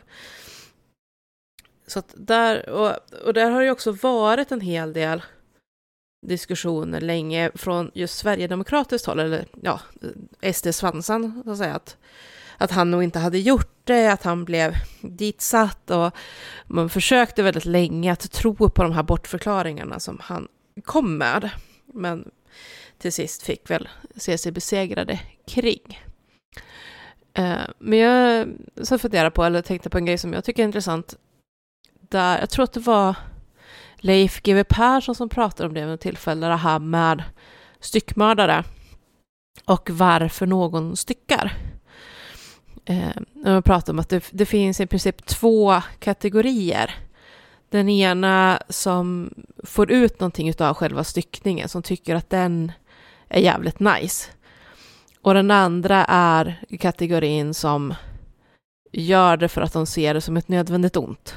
Så att där, och där har det också varit en hel del diskussioner länge från just Sverigedemokratiskt håll, eller ja, SD Svansan så att säga, att han nog inte hade gjort det, att han blev ditsatt, och man försökte väldigt länge att tro på de här bortförklaringarna som han kom med, men till sist fick väl se sig besegrade kring. Men jag så funderade på, eller tänkte på en grej som jag tycker är intressant, där jag tror att det var Leif GW Persson som pratade om det vid ett tillfälle, det här med styckmördare och varför någon styckar. När man pratar om att det finns i princip 2 kategorier. Den ena som får ut någonting av själva styckningen, som tycker att den är jävligt nice. Och den andra är kategorin som gör det för att de ser det som ett nödvändigt ont.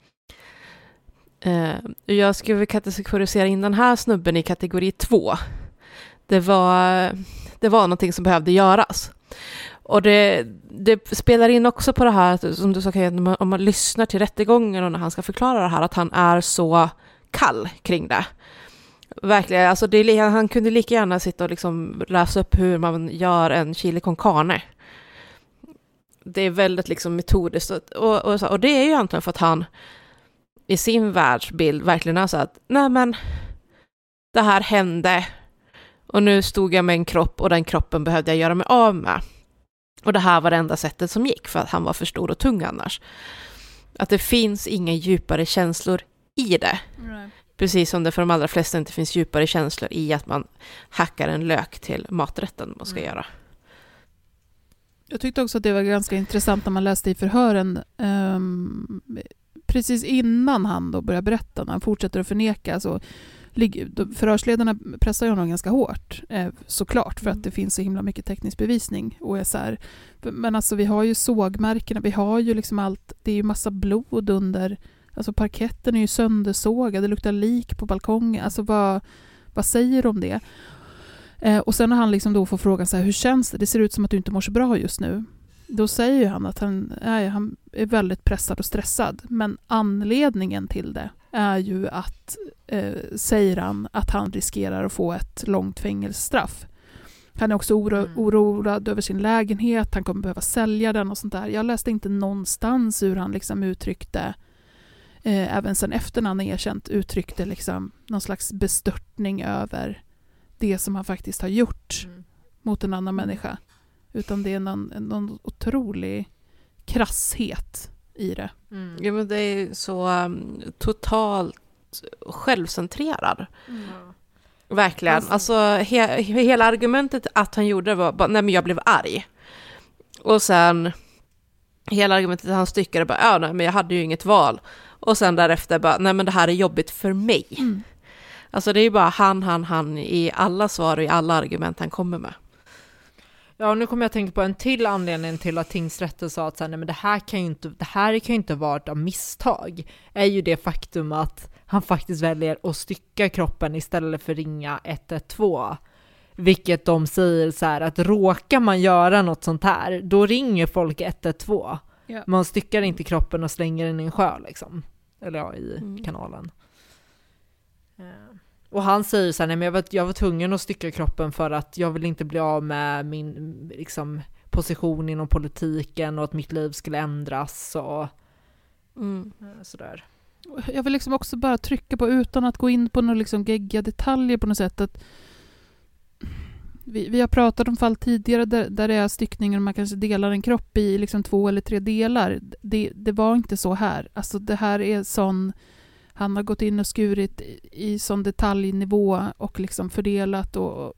Jag skulle kategorisera in den här snubben i kategori 2. Det var någonting som behövde göras. Och det spelar in också på det här, som du sa, om man lyssnar till rättegången och när han ska förklara det här, att han är så kall kring det. Verkligen, alltså han kunde lika gärna sitta och liksom läsa upp hur man gör en chili con carne. Det är väldigt liksom metodiskt. Och det är ju egentligen för att han i sin världsbild verkligen är så att nej men, det här hände och nu stod jag med en kropp och den kroppen behövde jag göra mig av med. Och det här var det enda sättet som gick, för att han var för stor och tung annars. Att det finns inga djupare känslor i det. Nej. Precis som det för de allra flesta inte finns djupare känslor i att man hackar en lök till maträtten man ska göra. Jag tyckte också att det var ganska intressant när man läste i förhören. Precis innan han då börjar berätta, när han fortsätter att förneka, så förhörsledarna pressar ju honom ganska hårt, såklart, för att det finns så himla mycket teknisk bevisning och är så här. Men alltså vi har ju sågmärkena, vi har ju liksom allt, det är ju massa blod under, alltså parketten är ju söndersågad, det luktar lik på balkongen, alltså vad säger du om det? Och sen när han liksom då får frågan så här, hur känns det? Det ser ut som att du inte mår så bra just nu. Då säger ju han att han är väldigt pressad och stressad, men anledningen till det är ju att, säger han, att han riskerar att få ett långt fängelsestraff. Han är också oroad över sin lägenhet, han kommer behöva sälja den och sånt där. Jag läste inte någonstans hur han liksom uttryckte, även sen efter när han erkänt, uttryckte liksom någon slags bestörtning över det som han faktiskt har gjort mot en annan människa. Utan det är någon otrolig krasshet i det. Ja, men det är så totalt självcentrerad. Verkligen. Alltså hela argumentet att han gjorde det var bara, nej men jag blev arg. Och sen hela argumentet att han styckade bara, ja nej men jag hade ju inget val. Och sen därefter bara, nej men det här är jobbigt för mig. Alltså det är ju bara han i alla svar och i alla argument han kommer med. Ja, nu kommer jag att tänka på en till anledning till att tingsrätten sa att så här, nej, men det här kan ju inte vara av misstag. Är ju det faktum att han faktiskt väljer att stycka kroppen istället för ringa 112. Vilket de säger så här, att råkar man göra något sånt här, då ringer folk 112. Ja. Man styckar inte kroppen och slänger den i en sjö liksom. Eller ja, i kanalen. Och han säger så här, nej, men jag var tvungen att stycka kroppen för att jag vill inte bli av med min liksom, position inom politiken och att mitt liv skulle ändras och sådär. Jag vill liksom också bara trycka på, utan att gå in på några liksom geggiga detaljer på något sätt, att vi har pratat om fall tidigare där det är styckningar och man kanske delar en kropp i liksom 2 eller 3 delar. Det var inte så här. Alltså det här är sån, han har gått in och skurit i sån detaljnivå och liksom fördelat och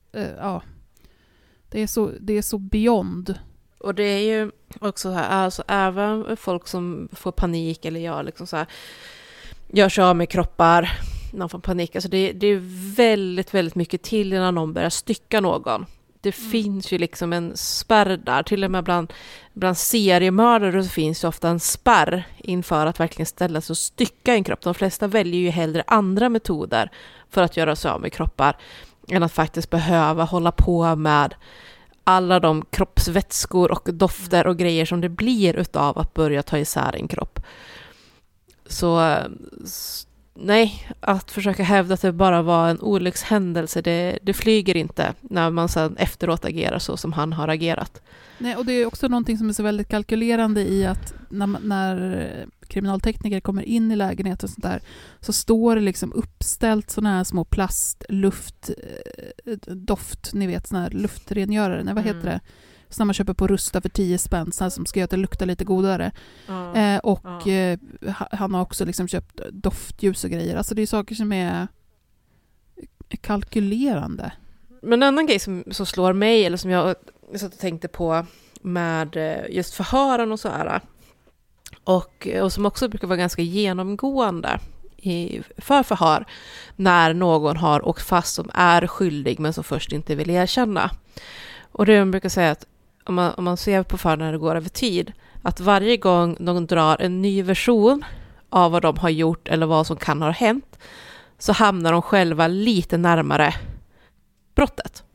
det är så beyond. Och det är ju också så här, alltså även folk som får panik eller jag liksom så här, gör sig av med kroppar, någon får panik. Alltså det är väldigt, väldigt mycket till innan någon börjar stycka någon. Det finns ju liksom en spärr där. Till och med bland seriemördare så finns ju ofta en spärr inför att verkligen ställa sig och stycka en kropp. De flesta väljer ju hellre andra metoder för att göra sig av med kroppar än att faktiskt behöva hålla på med alla de kroppsvätskor och dofter och grejer som det blir utav att börja ta isär en kropp. Så nej, att försöka hävda att det bara var en olyckshändelse, det flyger inte när man sedan efteråt agerar så som han har agerat. Nej, och det är också någonting som är så väldigt kalkylerande i att när kriminaltekniker kommer in i lägenheten och sånt där, så står det liksom uppställt såna här små plastluftdoft, ni vet, såna här luftrengörare, nej, vad heter det? Som man köper på Rusta för 10 spänn, som ska göra att det luktar lite godare. Han har också liksom köpt doftljus och grejer. Alltså det är saker som är kalkylerande. Men en annan grej som slår mig, eller som jag satt och tänkte på med just förhören och så här, och som också brukar vara ganska genomgående för förhör, när någon har åkt fast som är skyldig men som först inte vill erkänna. Och det jag brukar säga att om man ser på förhör när det går över tid, att varje gång någon drar en ny version av vad de har gjort eller vad som kan ha hänt, så hamnar de själva lite närmare brottet.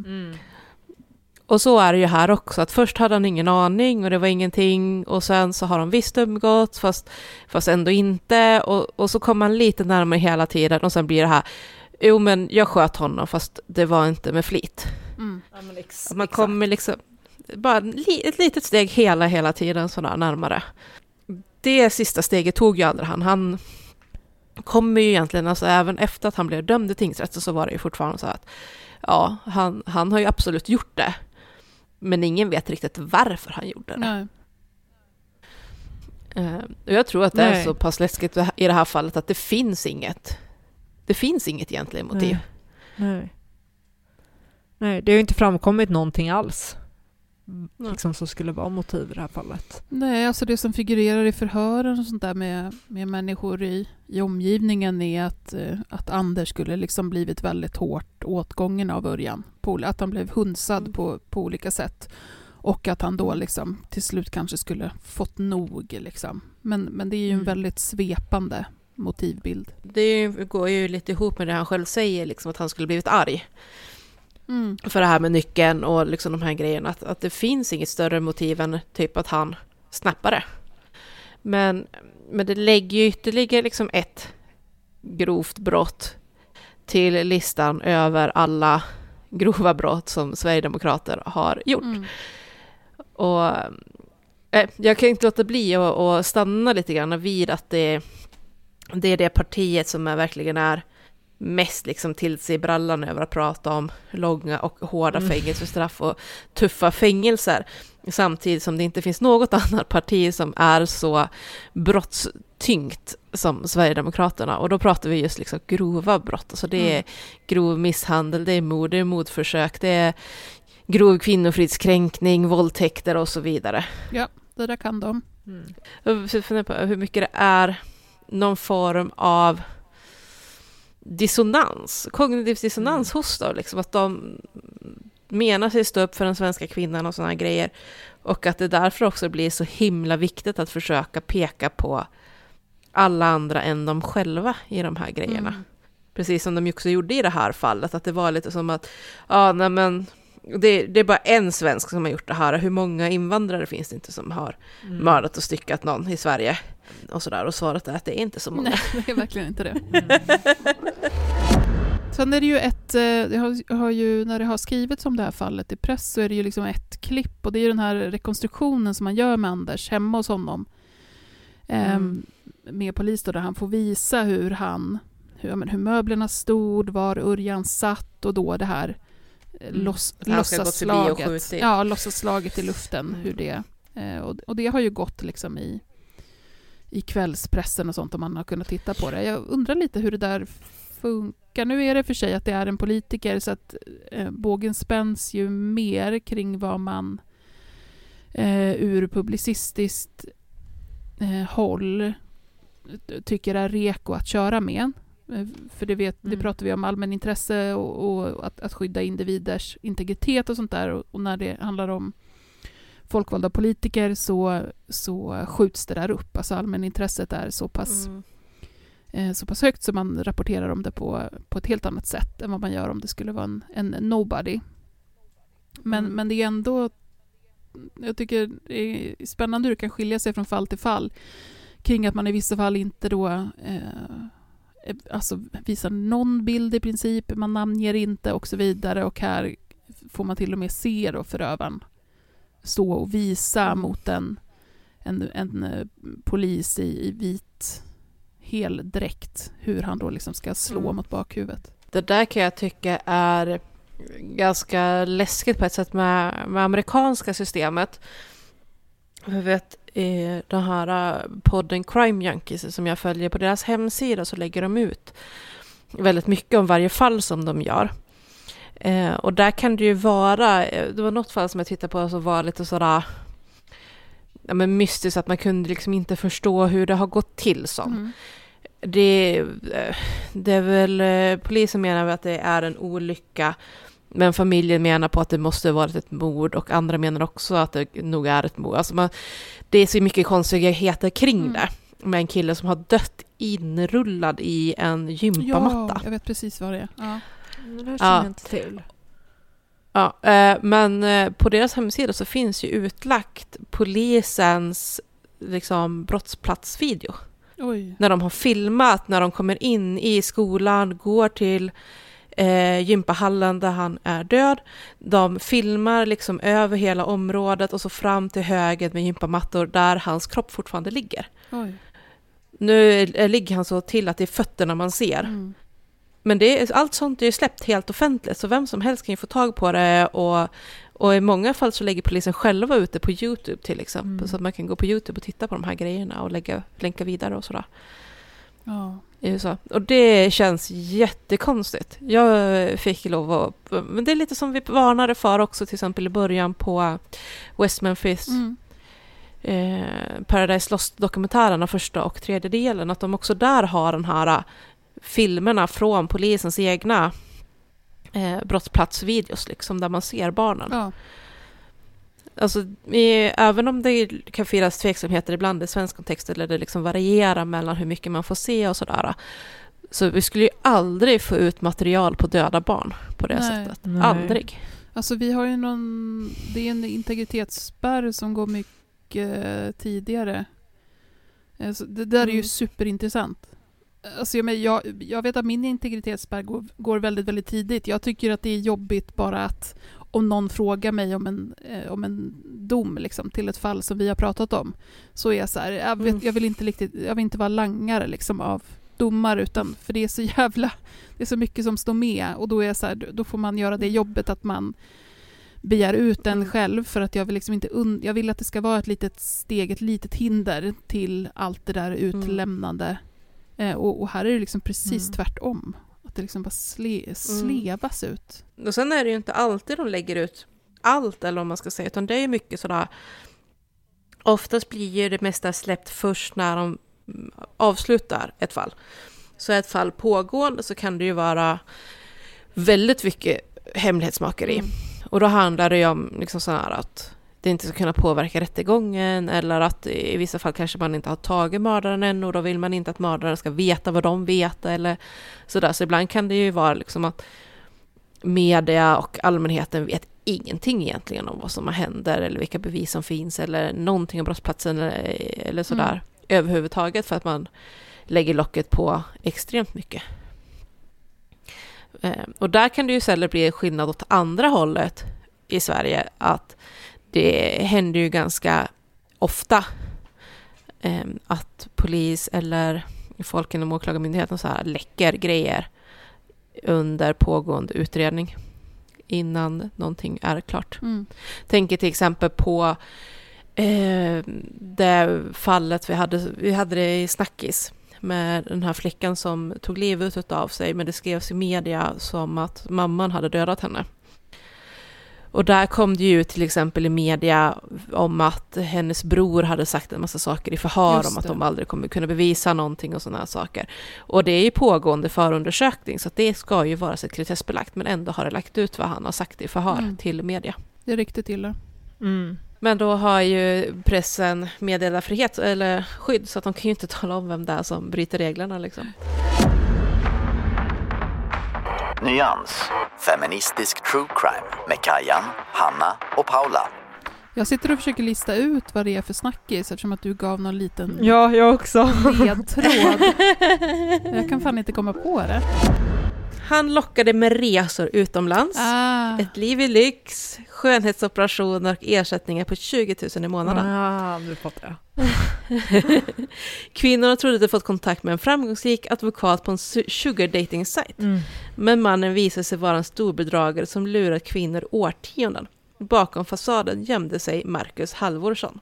Och så är det ju här också, att först hade han ingen aning och det var ingenting, och sen så har de visst umgått fast ändå inte, och så kommer man lite närmare hela tiden, och sen blir det här, jo men jag sköt honom fast det var inte med flit. Ja, men man kommer liksom bara ett litet steg hela tiden sådär närmare. Det sista steget tog ju aldrig han kommer ju egentligen, alltså även efter att han blev dömd i tingsrätten, så var det ju fortfarande så att ja, han har ju absolut gjort det, men ingen vet riktigt varför han gjorde det. Nej. Och jag tror att det är så pass läskigt i det här fallet att det finns inget egentligen motiv. Nej, det har ju inte framkommit någonting alls liksom, som skulle vara motiv i det här fallet. Nej, alltså det som figurerar i förhören och sånt där med människor i omgivningen är att Anders skulle liksom blivit väldigt hårt åtgången av Örjan. Att han blev hunsad på olika sätt. Och att han då liksom till slut kanske skulle fått nog. Liksom. Men det är ju en väldigt svepande motivbild. Det går ju lite ihop med det han själv säger, liksom, att han skulle blivit arg. För det här med nyckeln och liksom de här grejerna, att det finns inget större motiv än typ att han snappade. Men det lägger ju ytterligare liksom ett grovt brott till listan över alla grova brott som Sverigedemokrater har gjort. Och jag kan inte låta bli att stanna lite grann vid att det är det partiet som verkligen är mest liksom till sig i brallan över att prata om långa och hårda fängelsestraff och tuffa fängelser, samtidigt som det inte finns något annat parti som är så brottstyngt som Sverigedemokraterna. Och då pratar vi just liksom grova brott, alltså det är grov misshandel, det är mord, det är mordförsök, det är grov kvinnofridskränkning, våldtäkter och så vidare. Ja, det där kan de. Jag funderar på hur mycket det är någon form av kognitiv dissonans hos dem, liksom, att de menar sig stå upp för den svenska kvinnan och såna här grejer, och att det därför också blir så himla viktigt att försöka peka på alla andra än de själva i de här grejerna. Precis som de också gjorde i det här fallet, att det var lite som att det är bara en svensk som har gjort det här, hur många invandrare finns det inte som har mördat och styckat någon i Sverige och sådär, och svaret är att det är inte så många. Nej, det är verkligen inte det. Sen är det ju har ju, när det har skrivits om det här fallet i press, så är det ju liksom ett klipp, och det är ju den här rekonstruktionen som man gör med Anders hemma hos honom. Med polis då, där han får visa hur möblerna stod, var Örjan satt, och då det här låtsasslaget i luften, hur det och det har ju gått liksom i kvällspressen och sånt, om man har kunnat titta på det. Jag undrar lite hur det där funkar. Nu är det för sig att det är en politiker, så att bågen spänns ju mer kring vad man ur publicistiskt håll tycker är reko att köra med. För det pratar vi om allmänintresse och att skydda individers integritet och sånt där. Och när det handlar om folkvalda politiker så skjuts det där upp. Alltså allmänintresset är så pass högt, så man rapporterar om det på ett helt annat sätt än vad man gör om det skulle vara en nobody. Men det är ändå, jag tycker det är spännande hur det kan skilja sig från fall till fall kring att man i vissa fall inte då alltså visar någon bild i princip, man namnger inte och så vidare, och här får man till och med se då förövaren stå och visa mot en polis i vit heldräkt hur han då liksom ska slå mot bakhuvudet. Det där kan jag tycka är ganska läskigt på ett sätt med amerikanska systemet. Jag vet, i den här podden Crime Junkies som jag följer, på deras hemsida så lägger de ut väldigt mycket om varje fall som de gör. Och där kan det ju vara, det var något fall som jag tittade på som var lite sådär mystiskt, att man kunde liksom inte förstå hur det har gått till som. Det är väl polisen menar att det är en olycka, men familjen menar på att det måste ha varit ett mord, och andra menar också att det nog är ett mord. Alltså det är så mycket konstigheter kring det, med en kille som har dött inrullad i en gympamatta. Ja, jag vet precis vad det är. Ja. Det känner jag inte till. Ja, men på deras hemsida så finns ju utlagt polisens liksom brottsplatsvideo. Oj. När de har filmat, när de kommer in i skolan, går till gympahallen där han är död. De filmar liksom över hela området och så fram till höger med gympamattor där hans kropp fortfarande ligger. Oj. Nu ligger han så till att det är fötterna man ser. Men allt sånt är ju släppt helt offentligt, så vem som helst kan ju få tag på det, och i många fall så lägger polisen själva ut det på YouTube till exempel, så att man kan gå på YouTube och titta på de här grejerna och länka vidare och sådär. Ja. Så. Och det känns jättekonstigt. Jag fick lov att, men det är lite som vi varnade för också till exempel i början på West Memphis Paradise Lost-dokumentärerna, första och tredje delen, att de också där har den här filmerna från polisens egna brottsplatsvideos liksom, där man ser barnen. Ja. Alltså, även om det kan finnas tveksamheter ibland i svensk kontext, eller det liksom varierar mellan hur mycket man får se och sådär, så vi skulle ju aldrig få ut material på döda barn på det sättet. Nej. Aldrig. Alltså vi har ju det är en integritetsspärr som går mycket tidigare. Alltså, det där är ju superintressant. Alltså, jag vet att min integritetsspärr går väldigt, väldigt tidigt. Jag tycker att det är jobbigt bara att om någon frågar mig om en dom liksom, till ett fall som vi har pratat om, så är jag så här, jag vill inte vara langare liksom, av domar, utan för det är så det är så mycket som står med, och då är jag så här, då får man göra det jobbet att man begär ut den själv, för att jag vill liksom inte jag vill att det ska vara ett litet hinder till allt det där utlämnande. Och här är det liksom precis tvärtom. Att det liksom bara slevas ut. Och sen är det ju inte alltid de lägger ut allt, eller om man ska säga, utan det är ju mycket sådär. Oftast blir ju det mesta släppt först när de avslutar ett fall. Så är ett fall pågående så kan det ju vara väldigt mycket hemlighetsmakeri. Och då handlar det ju om liksom sådär att det inte ska kunna påverka rättegången, eller att i vissa fall kanske man inte har tagit mördaren än, och då vill man inte att mördaren ska veta vad de vet eller sådär. Så ibland kan det ju vara liksom att media och allmänheten vet ingenting egentligen om vad som händer, eller vilka bevis som finns, eller någonting om brottsplatsen eller sådär överhuvudtaget, för att man lägger locket på extremt mycket. Och där kan det ju istället bli skillnad åt andra hållet i Sverige, att det händer ju ganska ofta att polis eller folk inom åklagarmyndigheten så här läcker grejer under pågående utredning innan någonting är klart. Tänker till exempel på det fallet vi hade det i Snackis med den här flickan som tog livet av sig, men det skrevs i media som att mamman hade dödat henne. Och där kom det ju ut till exempel i media om att hennes bror hade sagt en massa saker i förhör om att de aldrig kommer kunna bevisa någonting och sådana här saker. Och det är ju pågående förundersökning, så att det ska ju vara sekretessbelagt, men ändå har det lagt ut vad han har sagt i förhör till media. Det är riktigt illa. Men då har ju pressen meddelarfrihet eller skydd, så att de kan ju inte tala om vem det är som bryter reglerna liksom. Nyans. Feministisk true crime med Kajan, Hanna och Paula. Jag sitter och försöker lista ut vad det är för snackis, eftersom att du gav någon liten jag också. ledtråd. Jag kan fan inte komma på det. Han lockade med resor utomlands, ett liv i lyx, skönhetsoperationer och ersättningar på 20 000 i månaden. Nu fattar jag. Kvinnorna trodde att de fått kontakt med en framgångsrik advokat på en sugar dating site. Men mannen visade sig vara en storbedragare som lurat kvinnor årtionden. Bakom fasaden gömde sig Marcus Halvorsson.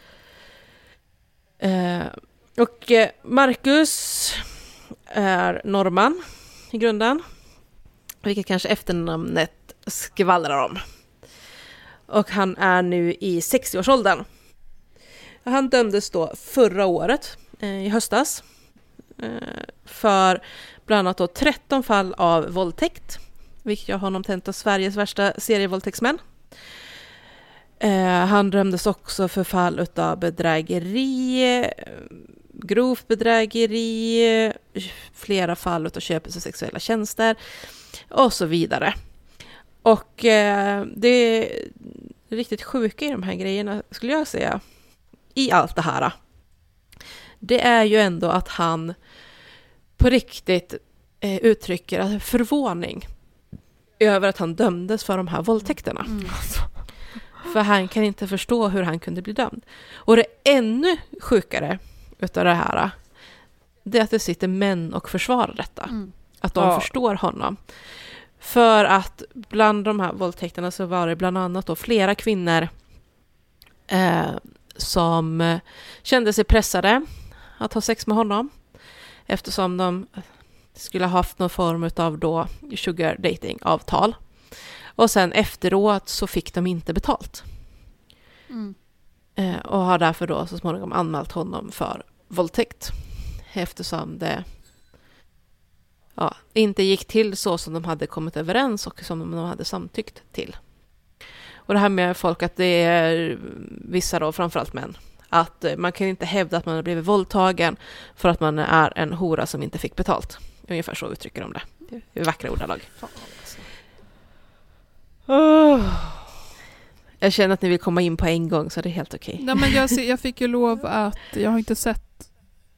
Marcus är norrman i grunden, vilket kanske efternamnet skvallrar om. Och han är nu i 60-årsåldern. Han dömdes då förra året, i höstas, för bland annat då 13 fall av våldtäkt, vilket jag har honom tänt av Sveriges värsta serievåldtäktsmän. Han dömdes också för fall av bedrägeri, grovt bedrägeri, flera fall av köpelse av sexuella tjänster och så vidare. Och det är riktigt sjuka i de här grejerna, skulle jag säga, i allt det här. Det är ju ändå att han på riktigt uttrycker förvåning över att han dömdes för de här våldtäkterna. För han kan inte förstå hur han kunde bli dömd. Och det ännu sjukare utav det här, det är att det sitter män och försvarar detta. Att de förstår honom. För att bland de här våldtäkterna så var det bland annat då flera kvinnor som kände sig pressade att ha sex med honom, eftersom de skulle ha haft någon form av då sugar dating avtal. Och sen efteråt så fick de inte betalt. Och har därför då så småningom anmält honom för våldtäkt, eftersom det inte gick till så som de hade kommit överens och som de hade samtyckt till. Och det här med folk, att det är vissa då, framförallt män, att man kan inte hävda att man har blivit våldtagen för att man är en hora som inte fick betalt. Ungefär så uttrycker de det. Det är vackra ordalag. Jag känner att ni vill komma in på en gång, så det är helt okej. Ja, men jag fick ju lov att, jag har inte sett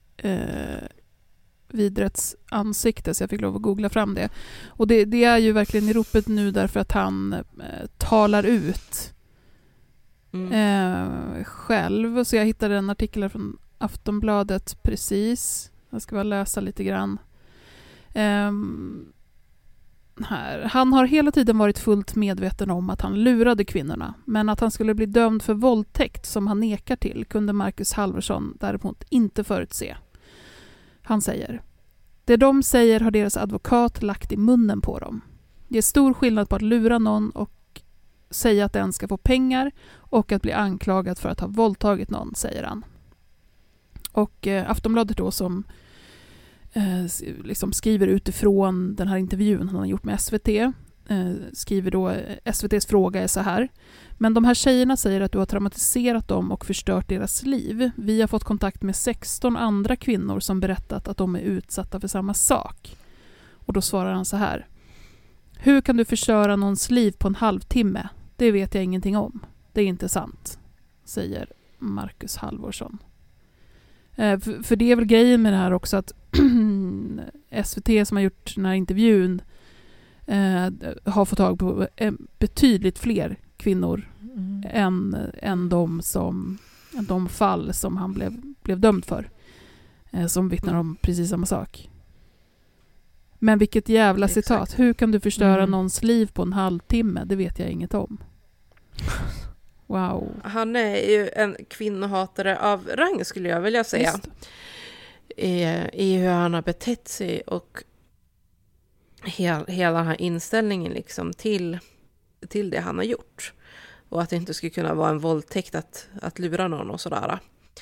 vidrets ansikte, så jag fick lov att googla fram det. Och det är ju verkligen i ropet nu, därför att han talar ut själv. Så jag hittade en artikel från Aftonbladet precis. Jag ska bara läsa lite grann. Här. Han har hela tiden varit fullt medveten om att han lurade kvinnorna, men att han skulle bli dömd för våldtäkt som han nekar till kunde Marcus Halvorsson däremot inte förutse. Han säger: det de säger har deras advokat lagt i munnen på dem. Det är stor skillnad på att lura någon och säga att den ska få pengar och att bli anklagad för att ha våldtagit någon, säger han. Och Aftonbladet då, som liksom skriver utifrån den här intervjun han har gjort med SVT, skriver då, SVTs fråga är så här: men de här tjejerna säger att du har traumatiserat dem och förstört deras liv. Vi har fått kontakt med 16 andra kvinnor som berättat att de är utsatta för samma sak. Och då svarar han så här: hur kan du förstöra någons liv på en halvtimme? Det vet jag ingenting om. Det är inte sant, säger Marcus Halvorsson. För det är väl grejen med det här också, att SVT som har gjort den här intervjun har fått tag på betydligt fler kvinnor än de fall som han blev dömd för. Som vittnar om precis samma sak. Men vilket jävla citat. Exakt. Hur kan du förstöra någons liv på en halvtimme? Det vet jag inget om. Wow. Han är ju en kvinnohatare av rang, skulle jag vilja säga. I hur han har betett sig och hela den här inställningen liksom till det han har gjort. Och att det inte skulle kunna vara en våldtäkt att lura någon och sådär.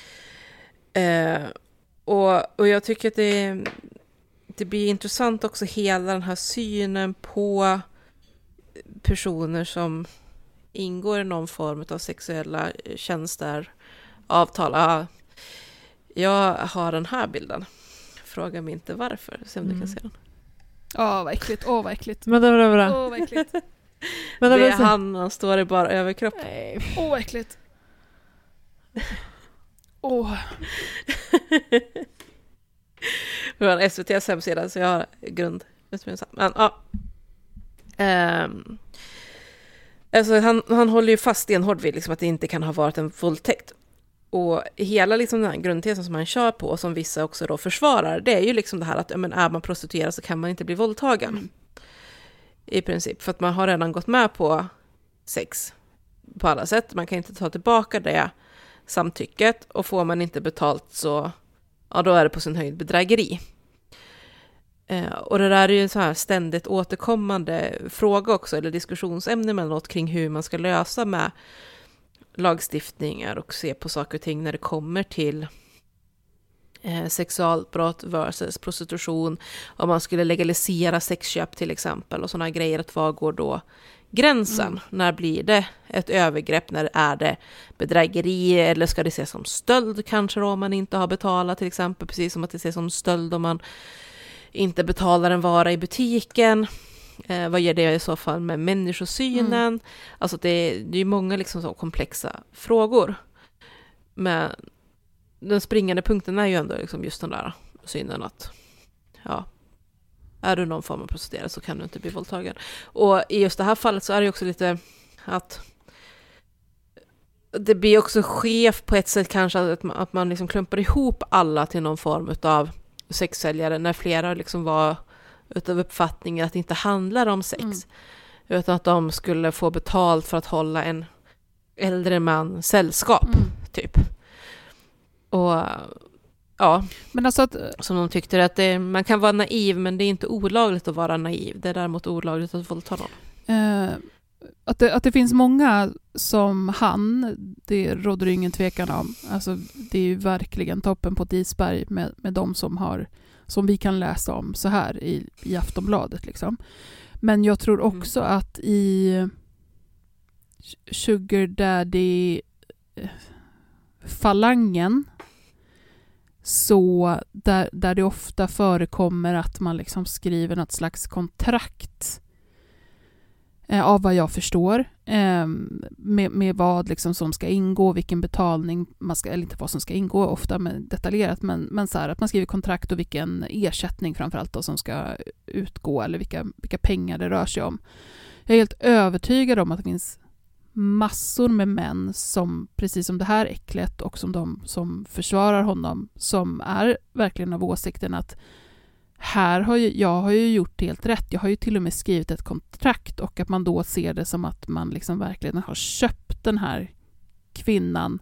Och jag tycker att det blir intressant också, hela den här synen på personer som ingår i någon form av sexuella tjänster, avtal. Jag har den här bilden. Fråga mig inte varför. Se om du kan se den. Vad äckligt. Vad äckligt. Men det var bra. Vad äckligt. Men det är han står i bara överkropp. Vad äckligt. Det var en SVT:s hemsida, så jag har grund. Men alltså han håller ju fast stenhård vid liksom att det inte kan ha varit en våldtäkt. Och hela liksom den här grundtesen som han kör på, och som vissa också då försvarar, det är ju liksom det här att är man prostituerad så kan man inte bli våldtagen. I princip, för att man har redan gått med på sex på alla sätt. Man kan inte ta tillbaka det samtycket, och får man inte betalt så då är det på sin höjd bedrägeri. Och det där är ju en så här ständigt återkommande fråga också, eller diskussionsämne med något kring hur man ska lösa med lagstiftningar och se på saker och ting när det kommer till sexualbrott versus prostitution. Om man skulle legalisera sexköp till exempel och sådana grejer, att var går då gränsen? När blir det ett övergrepp? När är det bedrägeri? Eller ska det ses som stöld kanske då, om man inte har betalat till exempel, precis som att det ses som stöld om man inte betalar en vara i butiken. Vad gör det i så fall med människosynen? Alltså det är många liksom så komplexa frågor. Men den springande punkten är ju ändå liksom just den där synen att är du någon form av prostituerad så kan du inte bli våldtagen. Och i just det här fallet så är det också lite att det blir också skevt på ett sätt kanske, att man liksom klumpar ihop alla till någon form av sexsäljare, när flera liksom var utav uppfattningen att det inte handlar om sex, utan att de skulle få betalt för att hålla en äldre man sällskap typ. Och men alltså som de tyckte att man kan vara naiv, men det är inte olagligt att vara naiv. Det är däremot olagligt att våldta någon. Att det finns många som han, det råder ingen tvekan om. Alltså, det är ju verkligen toppen på ett isberg med de som vi kan läsa om så här i Aftonbladet liksom. Men jag tror också att i Sugar Daddy falangen, så där det ofta förekommer att man liksom skriver något slags kontrakt, av vad jag förstår, med vad liksom som ska ingå, vilken betalning man ska, eller inte vad som ska ingå ofta med detaljerat, men så här att man skriver kontrakt och vilken ersättning framförallt då som ska utgå, eller vilka pengar det rör sig om. Jag är helt övertygad om att det finns massor med män som, precis som det här äcklet, och som de som försvarar honom, som är verkligen av åsikten att jag har ju gjort helt rätt. Jag har ju till och med skrivit ett kontrakt, och att man då ser det som att man liksom verkligen har köpt den här kvinnan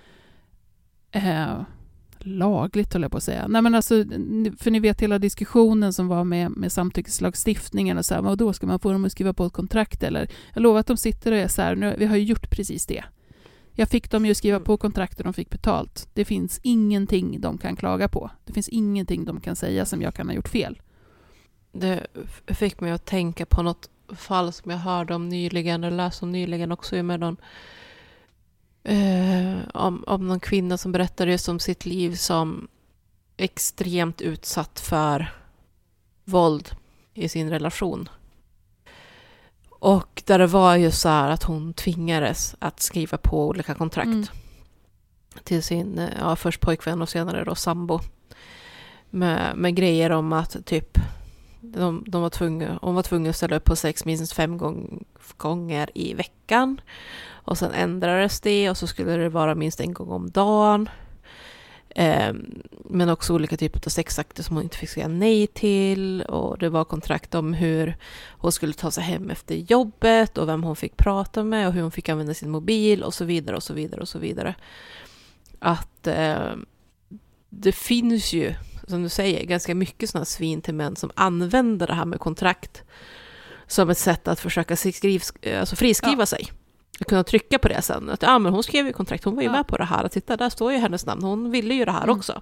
lagligt, håller jag på att säga. Nej, men alltså, för ni vet hela diskussionen som var med samtyckeslagstiftningen och så här, och då ska man få dem att skriva på ett kontrakt, eller jag lovar att de sitter och är så här, nu, vi har ju gjort precis det. Jag fick dem ju att skriva på kontrakt och de fick betalt. Det finns ingenting de kan klaga på. Det finns ingenting de kan säga som jag kan ha gjort fel. Det fick mig att tänka på något fall som jag hörde om nyligen, eller läste om nyligen också, med någon om någon kvinna som berättade just om sitt liv som extremt utsatt för våld i sin relation. Och där det var ju så här att hon tvingades att skriva på olika kontrakt till sin först pojkvän och senare då sambo. Med grejer om att typ hon var tvungen att ställa upp på sex minst 5 gånger i veckan. Och sen ändrades det och så skulle det vara minst 1 gång om dagen. Men också olika typer av sexakter som hon inte fick säga nej till. Och det var kontrakt om hur hon skulle ta sig hem efter jobbet och vem hon fick prata med och hur hon fick använda sin mobil och så vidare och så vidare och så vidare. Att det finns ju, som du säger, ganska mycket sådana svin till män som använder det här med kontrakt som ett sätt att försöka friskriva sig. Att kunna trycka på det sen. Att men hon skrev ju kontrakt, hon var ju med på det här. Att titta, där står ju hennes namn. Hon ville ju det här också.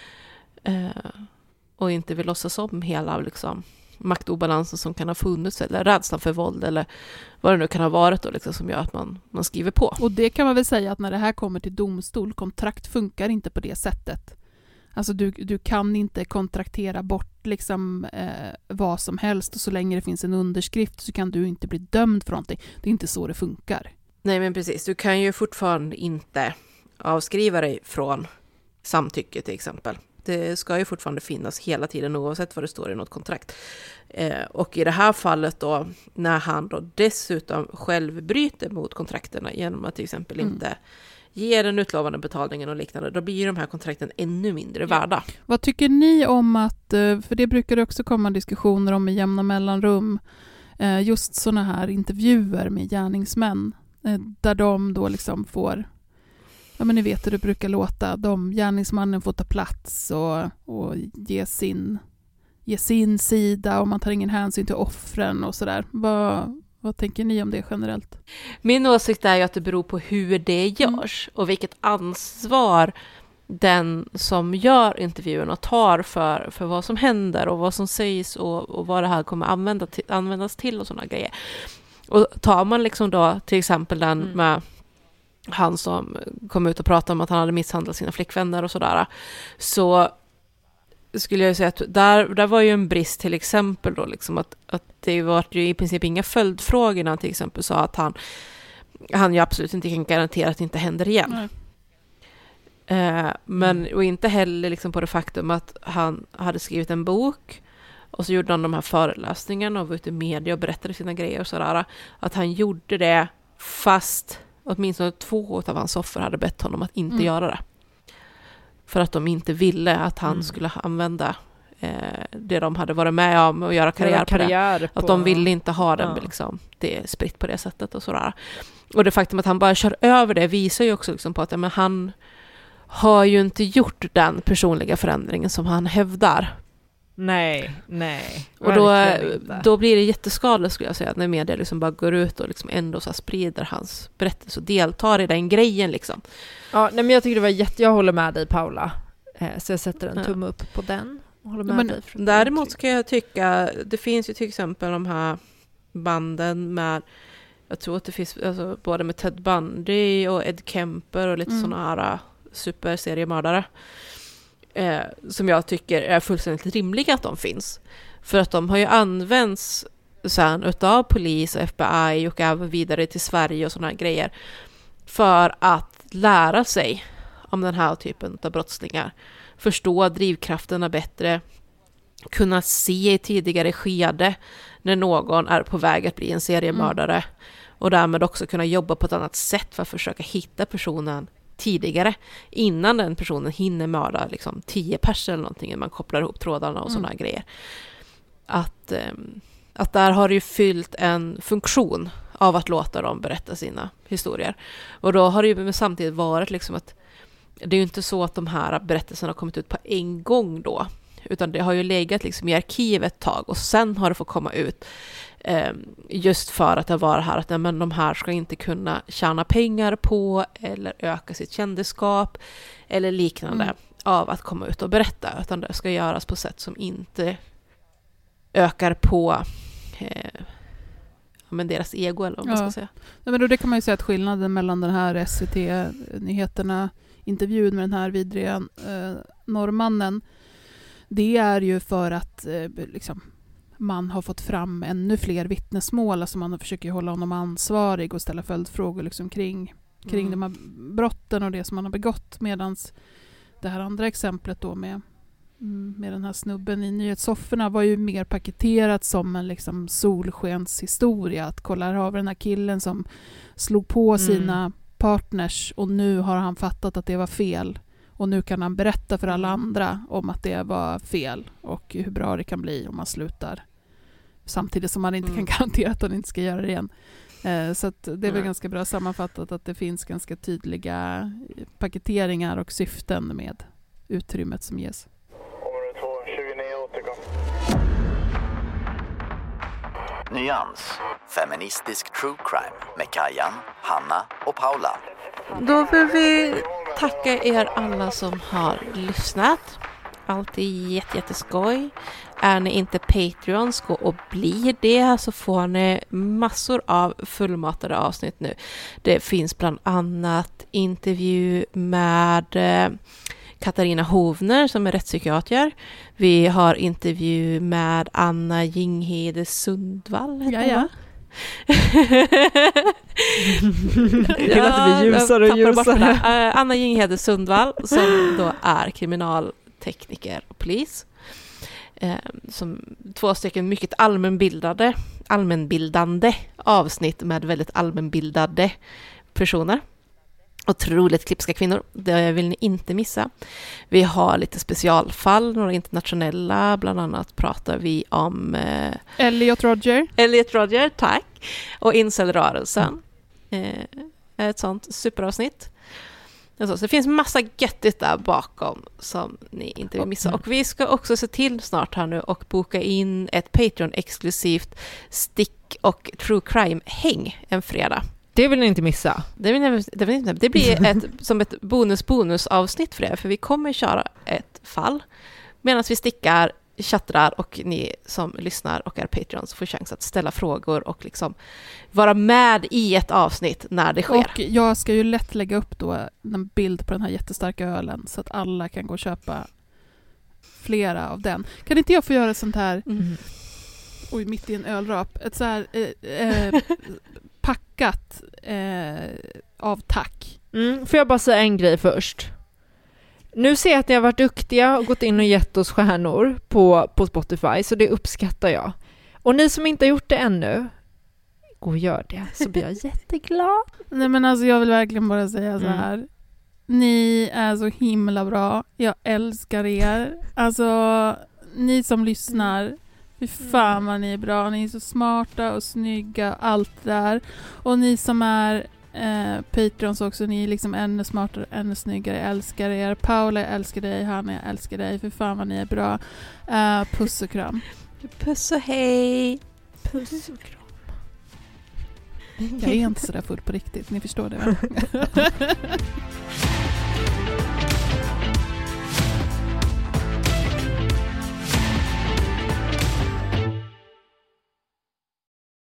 Och inte vill låtsas om hela liksom, maktobalansen som kan ha funnits eller rädslan för våld eller vad det nu kan ha varit då, liksom, som gör att man skriver på. Och det kan man väl säga att när det här kommer till domstol, kontrakt funkar inte på det sättet. Alltså du kan inte kontraktera bort liksom, vad som helst och så länge det finns en underskrift så kan du inte bli dömd för någonting. Det är inte så det funkar. Nej, men precis. Du kan ju fortfarande inte avskriva dig från samtycke till exempel. Det ska ju fortfarande finnas hela tiden oavsett vad det står i något kontrakt. Och i det här fallet då, när han då dessutom själv bryter mot kontrakterna genom att till exempel inte ge den utlovade betalningen och liknande, då blir de här kontrakten ännu mindre värda. Vad tycker ni om att, för det brukar det också komma diskussioner om i jämna mellanrum, just såna här intervjuer med gärningsmän, där de då liksom får, ja men ni vet hur det brukar låta, gärningsmannen får ta plats och ge sin sida och man tar ingen hänsyn till offren och sådär. Vad tänker ni om det generellt? Min åsikt är ju att det beror på hur det görs och vilket ansvar den som gör intervjuerna tar för vad som händer och vad som sägs och vad det här kommer användas till och sådana grejer. Och tar man liksom då till exempel den med han som kom ut och pratade om att han hade misshandlat sina flickvänner och sådär, så skulle jag säga att där var ju en brist till exempel då liksom att det var ju i princip inga följdfrågor när han till exempel sa att han ju absolut inte kan garantera att det inte händer igen. Men och inte heller liksom på det faktum att han hade skrivit en bok och så gjorde han de här föreläsningarna och var ute i media och berättade sina grejer och sådär, att han gjorde det fast åtminstone 2 av hans offer hade bett honom att inte göra det. För att de inte ville att han skulle använda det de hade varit med om och göra karriär på det. Att de ville inte ha den liksom, det är spritt på det sättet och sådär. Och det faktum att han bara kör över det visar ju också liksom på att men han har ju inte gjort den personliga förändringen som han hävdar. Nej. Och då blir det jätteskadligt skulle jag säga, när media liksom bara går ut och liksom ändå så sprider hans berättelse och deltar i den grejen liksom. Ja, nej, men jag tycker det var jag håller med dig, Paula. Så jag sätter en tumme upp på den. Och håller med dig. Däremot ska jag tycka, det finns ju till exempel de här banden med, jag tror att det finns alltså, både med Ted Bundy och Ed Kemper och lite sådana här superseriemördare. Som jag tycker är fullständigt rimliga att de finns. För att de har ju använts sen utav polis och FBI och även vidare till Sverige och sådana grejer för att lära sig om den här typen av brottslingar. Förstå drivkrafterna bättre, kunna se i tidigare skede när någon är på väg att bli en seriemördare och därmed också kunna jobba på ett annat sätt för att försöka hitta personen tidigare, innan den personen hinner mörda liksom 10 personer eller någonting, man kopplar ihop trådarna och sådana grejer. Att där har det ju fyllt en funktion av att låta dem berätta sina historier. Och då har det ju samtidigt varit liksom att det är ju inte så att de här berättelserna har kommit ut på en gång då, utan det har ju legat liksom i arkivet ett tag och sen har det fått komma ut just för att det var det här att men de här ska inte kunna tjäna pengar på eller öka sitt kändisskap eller liknande av att komma ut och berätta, utan det ska göras på sätt som inte ökar på men deras ego eller vad man ska säga. Ja, men då det kan man ju säga att skillnaden mellan den här SVT-nyheterna intervjun med den här vidriga norrmannen, det är ju för att liksom man har fått fram ännu fler vittnesmål, alltså man försöker hålla honom ansvarig och ställa följdfrågor liksom kring de här brotten och det som man har begått, medans det här andra exemplet då med med den här snubben i nyhetssofforna var ju mer paketerat som en liksom solskenshistoria. Att kolla, här har vi den här killen som slog på sina partners och nu har han fattat att det var fel. Och nu kan han berätta för alla andra om att det var fel och hur bra det kan bli om man slutar. Samtidigt som man inte kan garantera att han inte ska göra det igen. Så att det är väl ganska bra sammanfattat att det finns ganska tydliga paketeringar och syften med utrymmet som ges. Nyans, feministisk true crime med Kajan, Hanna och Paula. Då vill vi tacka er alla som har lyssnat. Alltid jätteskoj. Är ni inte Patreons, gå och bli det, så får ni massor av fullmatade avsnitt nu. Det finns bland annat intervju med Katarina Hovner som är rättspsykiater. Vi har intervju med Anna Jinghede Sundvall. Ja. Det blir ljusare och ljusare. Anna Jinghede Sundvall som då är kriminaltekniker och polis. Som 2 stycken mycket allmänbildande avsnitt med väldigt allmänbildade personer. Otroligt klipska kvinnor, det vill ni inte missa. Vi har lite specialfall, några internationella, bland annat pratar vi om Elliot Rodger, tack. Och Incel-rörelsen. Ett sånt superavsnitt. Så det finns massa göttigt där bakom som ni inte vill missa. Och vi ska också se till snart här nu och boka in ett Patreon-exklusivt stick- och true crime-häng en fredag. Det vill ni inte missa. Det blir som ett bonus-avsnitt för det. För vi kommer köra ett fall medan vi stickar, chattrar och ni som lyssnar och är Patreons får chans att ställa frågor och liksom vara med i ett avsnitt när det sker. Och jag ska ju lätt lägga upp då en bild på den här jättestarka ölen så att alla kan gå och köpa flera av den. Kan inte jag få göra sånt här mitt i en ölrap, ett så här packat av tack. Får jag bara säga en grej först? Nu ser jag att ni har varit duktiga och gått in och gett oss stjärnor på Spotify, så det uppskattar jag. Och ni som inte har gjort det ännu, gå och gör det, så blir jag jätteglad. Nej men alltså jag vill verkligen bara säga så här. Ni är så himla bra. Jag älskar er. Alltså ni som lyssnar, fy fan vad ni är bra. Ni är så smarta och snygga, allt där. Och ni som är Patreons också, ni är liksom ännu smartare, ännu snyggare. Jag älskar er. Paula, jag älskar dig. Hanna, jag älskar dig. För fan vad ni är bra. Puss och kram. Puss och hej. Puss och kram. Jag är inte så där full på riktigt. Ni förstår det, va?